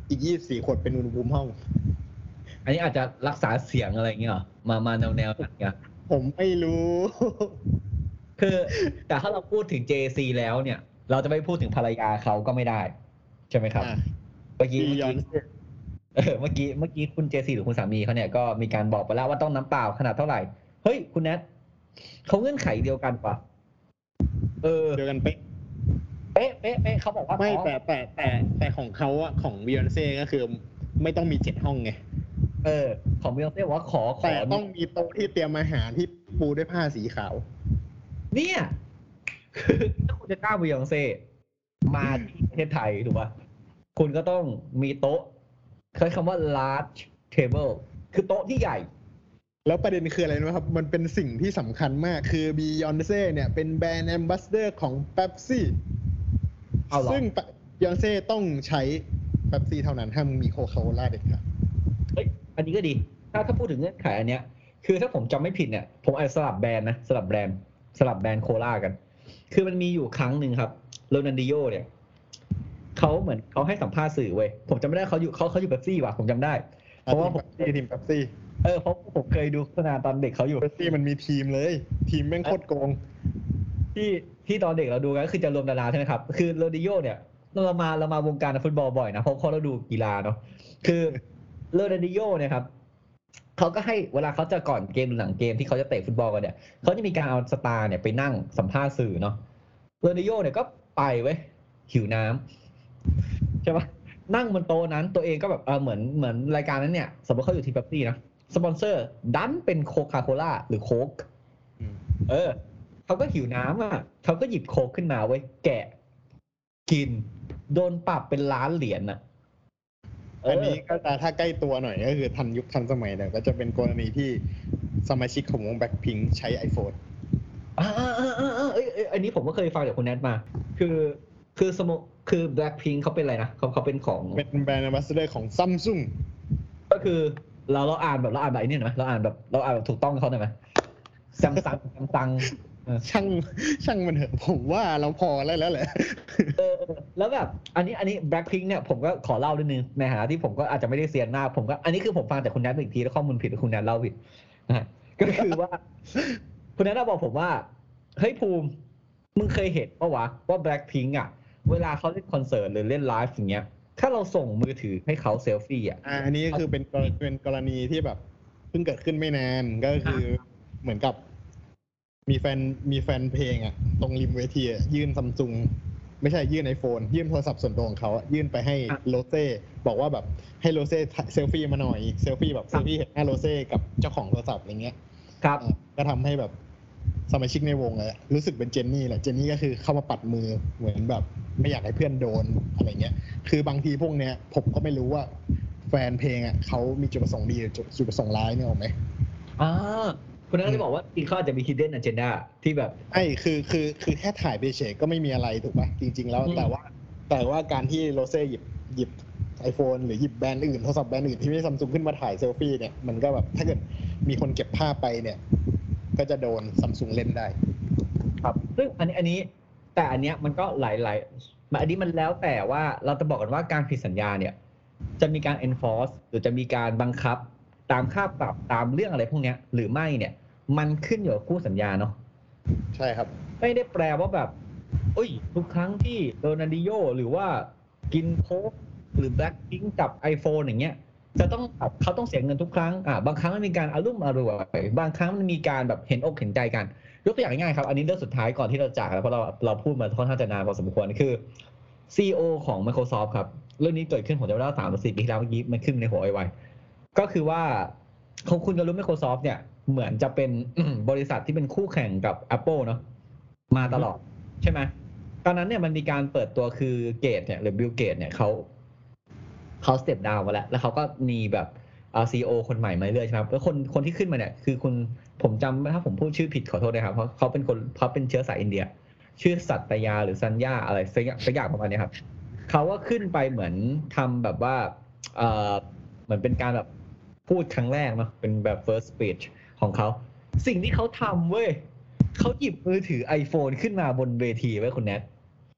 อีกยี่สิบสี่ขวดเป็นอุณหภูมิห้องอันนี้อาจจะรักษาเสียงอะไรอย่างเงี้ยหรอมามาแนวแนวนั้นเงี้ยผมไม่รู้คือแต่ถ้าเราพูดถึง เจ ซี แล้วเนี่ย เราจะไม่พูดถึงภรรยาเขาก็ไม่ได้ใช่ไหมครับเมื่อกี้เมื่อกี้เออเมื่อกี้เมื่อกี้คุณ เจ ซี หรือคุณสามีเขาเนี่ยก็มีการบอกไปแล้วว่าต้องน้ำเปล่าขนาดเท่าไหร่เฮ้ยคุณแนทเขาเงื่อนไขเดียวกันปะเออเดียวกันเป๊ะเป๊ะเป๊ะเป๊ะเขาบอกว่าไม่แต่แต่แต่แต่ของเขาอะของบิยอนเซ่ก็คือไม่ต้องมีเจ็ดห้องไงเออของบิยอนเซ่ว่าขอขอแต่ต้องมีโต๊ะที่เตรียมอาหารที่ปูด้วยผ้าสีขาวเนี่ยคือถ้าคุณจะกล้าบิยอนเซ่มาที่ประเทศไทยถูกป่ะคุณก็ต้องมีโต๊ะใช้คำว่า large table คือโต๊ะที่ใหญ่แล้วประเด็นคืออะไรนะครับมันเป็นสิ่งที่สำคัญมากคือ Beyonce เนี่ยเป็นแบรนด์ Ambassador ของ Pepsi ซึ่ง Beyonce ต้องใช้ Pepsi เท่านั้นห้ามมี Coca-Cola เด็ดขาดเฮ้ยอันนี้ก็ดีถ้าถ้าพูดถึงเงื่อนไขอันเนี้ยคือถ้าผมจำไม่ผิดเนี่ยผมอาจจะสลับแบรนด์นะสลับแบรนด์สลับแบรนด์โคลากันคือมันมีอยู่ครั้งหนึ่งครับโรนัลดิโญเนี่ยเขาเหมือนเขาให้สัมภาษณ์สื่อเว้ยผมจำไม่ได้เขาอยู่เขาเขาอยู่เป๊ปซี่ว่ะผมจำได้เพราะว่าผมทีมเป๊ปซี่เออเพราะผมเคยดูโฆษณาตอนเด็กเขาอยู่เป๊ปซี่มันมีทีมเลยทีมแม่งโคตรโกงที่ที่ตอนเด็กเราดูกันก็คือจะรวมดาราใช่ไหมครับคือโรนัลดิโญเนี่ยเรามาเรามาวงการฟุตบอลบ่อยนะเพราะเพราะเราดูกีฬาเนาะคือโรนัลดิโญเนี่ยครับเขาก็ให้เวลาเขาจะก่อนเกมหรือหลังเกมที่เขาจะเตะฟุตบอลกันเนี่ยเขาจะมีการเอาสตาร์เนี่ยไปนั่งสัมภาษณ์สื่อเนาะโรนัลดิโญเนี่ยก็ไปเว้ยหิวน้ำใช่ปะนั่งบนโต๊ะนั้นตัวเองก็แบบเออเหมือนเหมือนรายการนั้นเนี่ยสมมติเขาอยู่ทีมเป๊ปซี่นะสปอนเซอร์ดันเป็นโคคาโคล่าหรือโค้กเออเขาก็หิวน้ำอ่ะเขาก็หยิบโค้กขึ้นมาไว้แกะกินโดนปรับเป็นล้านเหรียญอ่ะอันนี้ก็ถ้าใกล้ตัวหน่อยก็คือทันยุคทันสมัยเนี่ยก็จะเป็นกรณีที่สมาชิกของวง Blackpink ใช้ iPhone อ่าๆๆๆเอ้ยอันนี้ผมก็เคยฟังจากคุณแนทมาคือคือสมมคือ Blackpink เขาเป็นอะไรนะเขาเขาเป็นของเป็นแบรนด์ Ambassador ของ Samsung ก็คือเราเราอ่านแบบเราอ่านแบบนี้หน่อยมั้ยเราอ่านแบบเราอ่านแบบถูกต้องเขาหน่อยมั้ย Samsung Samsung ช่างช่างมันเถอะผมว่าเราพอแล้วแล้วแหละเออแล้วแบบอันนี้อันนี้ Blackpink เนี่ยผมก็ขอเล่านิดนึงในฐานะที่ผมก็อาจจะไม่ได้เซียนมากผมก็อันนี้คือผมฟังจากคุณแนทอีกทีแล้วข้อมูลผิดคุณแนทเล่าผิดนะก็คือว่าคุณแนทบอกผมว่าเฮ้ยภูมิมึงเคยเห็นป่ะวะว่า Blackpink อ่ะเวลาเขาเล่นคอนเสิร์ตหรือเล่นไลฟ์อย่างเงี้ยถ้าเราส่งมือถือให้เขาเซลฟี่อ่ะอันนี้คือเป็นเป็นกรณีที่แบบเพิ่งเกิดขึ้นไม่นานก็คือเหมือนกับมีแฟนมีแฟนเพลงอ่ะตรงริมเวทียื่นซัมซุงไม่ใช่ยื่น iPhone ยื่นโทรศัพท์ส่วนตัวของเขายื่นไปให้โรเซ่บอกว่าแบบให้โรเซ่เซลฟี่มาหน่อยเซลฟี่แบบเซลฟี่เห็นหน้าโรเซ่กับเจ้าของโทรศัพท์อะไรเงี้ยครับก็ทำให้แบบสมาชิกในวงเลยรู้สึกเป็นเจนนี่แหละเจนนี่ก็คือเข้ามาปัดมือเหมือนแบบไม่อยากให้เพื่อนโดนอะไรเงี้ยคือบางทีพวกเนี้ยผมก็ไม่รู้ว่าแฟนเพลงอ่ะเขามีจุดประสงค์ดีหรือจุดประสงค์ร้ายเนี่ยหรอไหมอ่าคุณนั่นจะบอกว่าจริงเขาอาจจะมี hidden agenda ที่แบบไอ้คือคือคือแค่ถ่ายไปเฉยก็ไม่มีอะไรถูกป่ะจริงๆแล้วแต่ว่าแต่ว่าการที่โรเซ่หยิบหยิบ iPhone หรือหยิบแบรนด์อื่นโทรศัพท์แบรนด์อื่นที่ไม่ซัมซุงขึ้นมาถ่ายเซลฟี่เนี่ยมันก็แบบถ้าเกิดมีคนเก็บภาพไปเนี่ยก็จะโดนซัมซุงเล่นได้ครับซึ่งอันนี้อันนี้แต่อันเนี้ยมันก็หลายๆอันนี้มันแล้วแต่ว่าเราจะบอกกันว่าการผิดสัญญาเนี่ยจะมีการ enforce หรือจะมีการบังคับตามค่าปรับตามเรื่องอะไรพวกนี้หรือไม่เนี่ยมันขึ้นอยู่กับคู่สัญญาเนาะใช่ครับไม่ได้แปลว่าแบบเอ้ยทุกครั้งที่โรนัลดิโญหรือว่ากินโค้กหรือ Blackpink กับ iPhone อย่างเงี้ยจะต้องเขาต้องเสียเงินทุกครั้งอ่าบางครั้งมันมีการอารมณ์อร่วยบางครั้งมันมีการแบบเห็นอกเห็นใจกันยกตัวอย่างง่ายๆครับอันนี้เรื่องสุดท้ายก่อนที่เราจากแล้วเพราะเราเราพูดมาค่อนข้างจะนานพอสมควรคือ ซี อี โอ ของ Microsoft ครับเรื่องนี้เกิดขึ้นผมจำได้ว่าสามหรือสี่ปีที่แล้วเมื่อกี้มันขึ้นในหัวไวๆก็คือว่าคุณก็รู้ Microsoft เนี่ยเหมือนจะเป็นบริษัทที่เป็นคู่แข่งกับ Apple เนาะมาตลอดใช่ไหมตอนนั้นเนี่ยมันมีการเปิดตัวคือเกตเนี่ยหรือบิลเกตเนี่ยเขาเขาสเต็ปดาวน์มาแล้วแล้วเขาก็มีแบบเอ่อ ซี อี โอ คนใหม่มาเรื่อยใช่ไหมแล้วคนคนที่ขึ้นมาเนี่ยคือคุณผมจำถ้าผมพูดชื่อผิดขอโทษนะครับเพราะเขาเป็นคนเขาเป็นเชื้อสายอินเดียชื่อสัตยาหรือซัญญาอะไรสักอย่างสักอย่างประมาณนี้ครับเขาก็ขึ้นไปเหมือนทำแบบว่าเอ่อเหมือนเป็นการแบบพูดครั้งแรกเนาะเป็นแบบ first speech ของเขาสิ่งที่เขาทำเว้ยเขาหยิบมือถือ iPhone ขึ้นมาบนเวทีไว้คุณแนท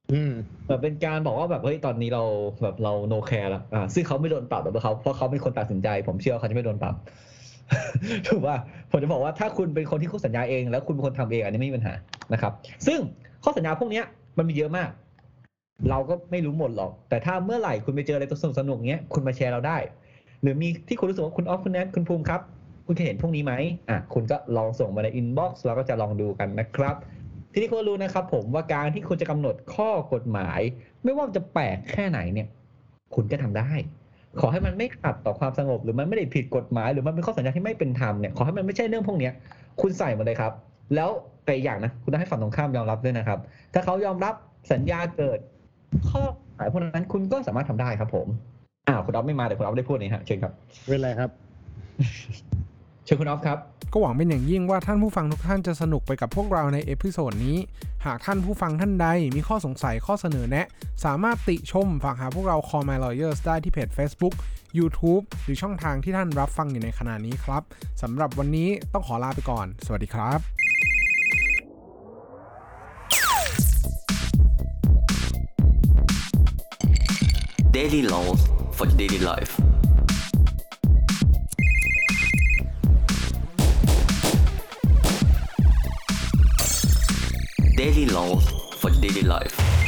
อืมแบบเป็นการบอกว่าแบบเฮ้ยตอนนี้เราแบบเราโนแคร์แล้วอ่าซึ่งเขาไม่โดนปรับหรอกเขาเพราะเขาเป็นคนตัดสินใจผมเชื่อเขาจะไม่โดนปรับ ถูกป่ะผมจะบอกว่าถ้าคุณเป็นคนที่คู่สัญญาเองแล้วคุณเป็นคนทำเองอันนี้ไม่มีปัญหานะครับซึ่งข้อสัญญาพวกนี้มันมีเยอะมากเราก็ไม่รู้หมดหรอกแต่ถ้าเมื่อไหร่คุณไปเจออะไรสนุกสนุกเงี้ยคุณมาแชร์เราได้หรือมีที่คุณรู้สึกว่าคุณออฟคุณแนทคุณภูมิครับคุณเคยเห็นพวกนี้ไหมอ่ะคุณก็ลองส่งมาในอินบ็อกซ์เราก็จะลองดูกันนะครับทีนี้คุณรู้นะครับผมว่าการที่คุณจะกำหนดข้อกฎหมายไม่ว่าจะแปลกแค่ไหนเนี่ยคุณก็ทำได้ขอให้มันไม่ขัดต่อความสงบหรือมันไม่ได้ผิดกฎหมายหรือมันเป็นข้อสัญญาที่ไม่เป็นธรรมเนี่ยขอให้มันไม่ใช่เรื่องพวกนี้คุณใส่มาเลยครับแล้วแต่อย่างนะคุณต้องให้ฝั่งตรงข้ามยอมรับด้วยนะครับถ้าเขายอมรับสัญญาเกิดข้อหมายพวกนั้นคุณก็สามารถทำได้ครับผมอ้าวคุณออฟไม่มาเดี๋ยวคุณออฟได้พูดนี่ฮะเชิญครับเป็นไรครับเชิญคุณออฟครับก็หวังเป็นอย่างยิ่งว่าท่านผู้ฟังทุกท่านจะสนุกไปกับพวกเราในเอพิโซดนี้หากท่านผู้ฟังท่านใดมีข้อสงสัยข้อเสนอแนะสามารถติชมฝากหาพวกเรา Call My Lawyers ได้ที่เพจ Facebook YouTube หรือช่องทางที่ท่านรับฟังอยู่ในขณะนี้ครับสำหรับวันนี้ต้องขอลาไปก่อนสวัสดีครับ Daily Laws for Daily Life Daily Laws for Daily Life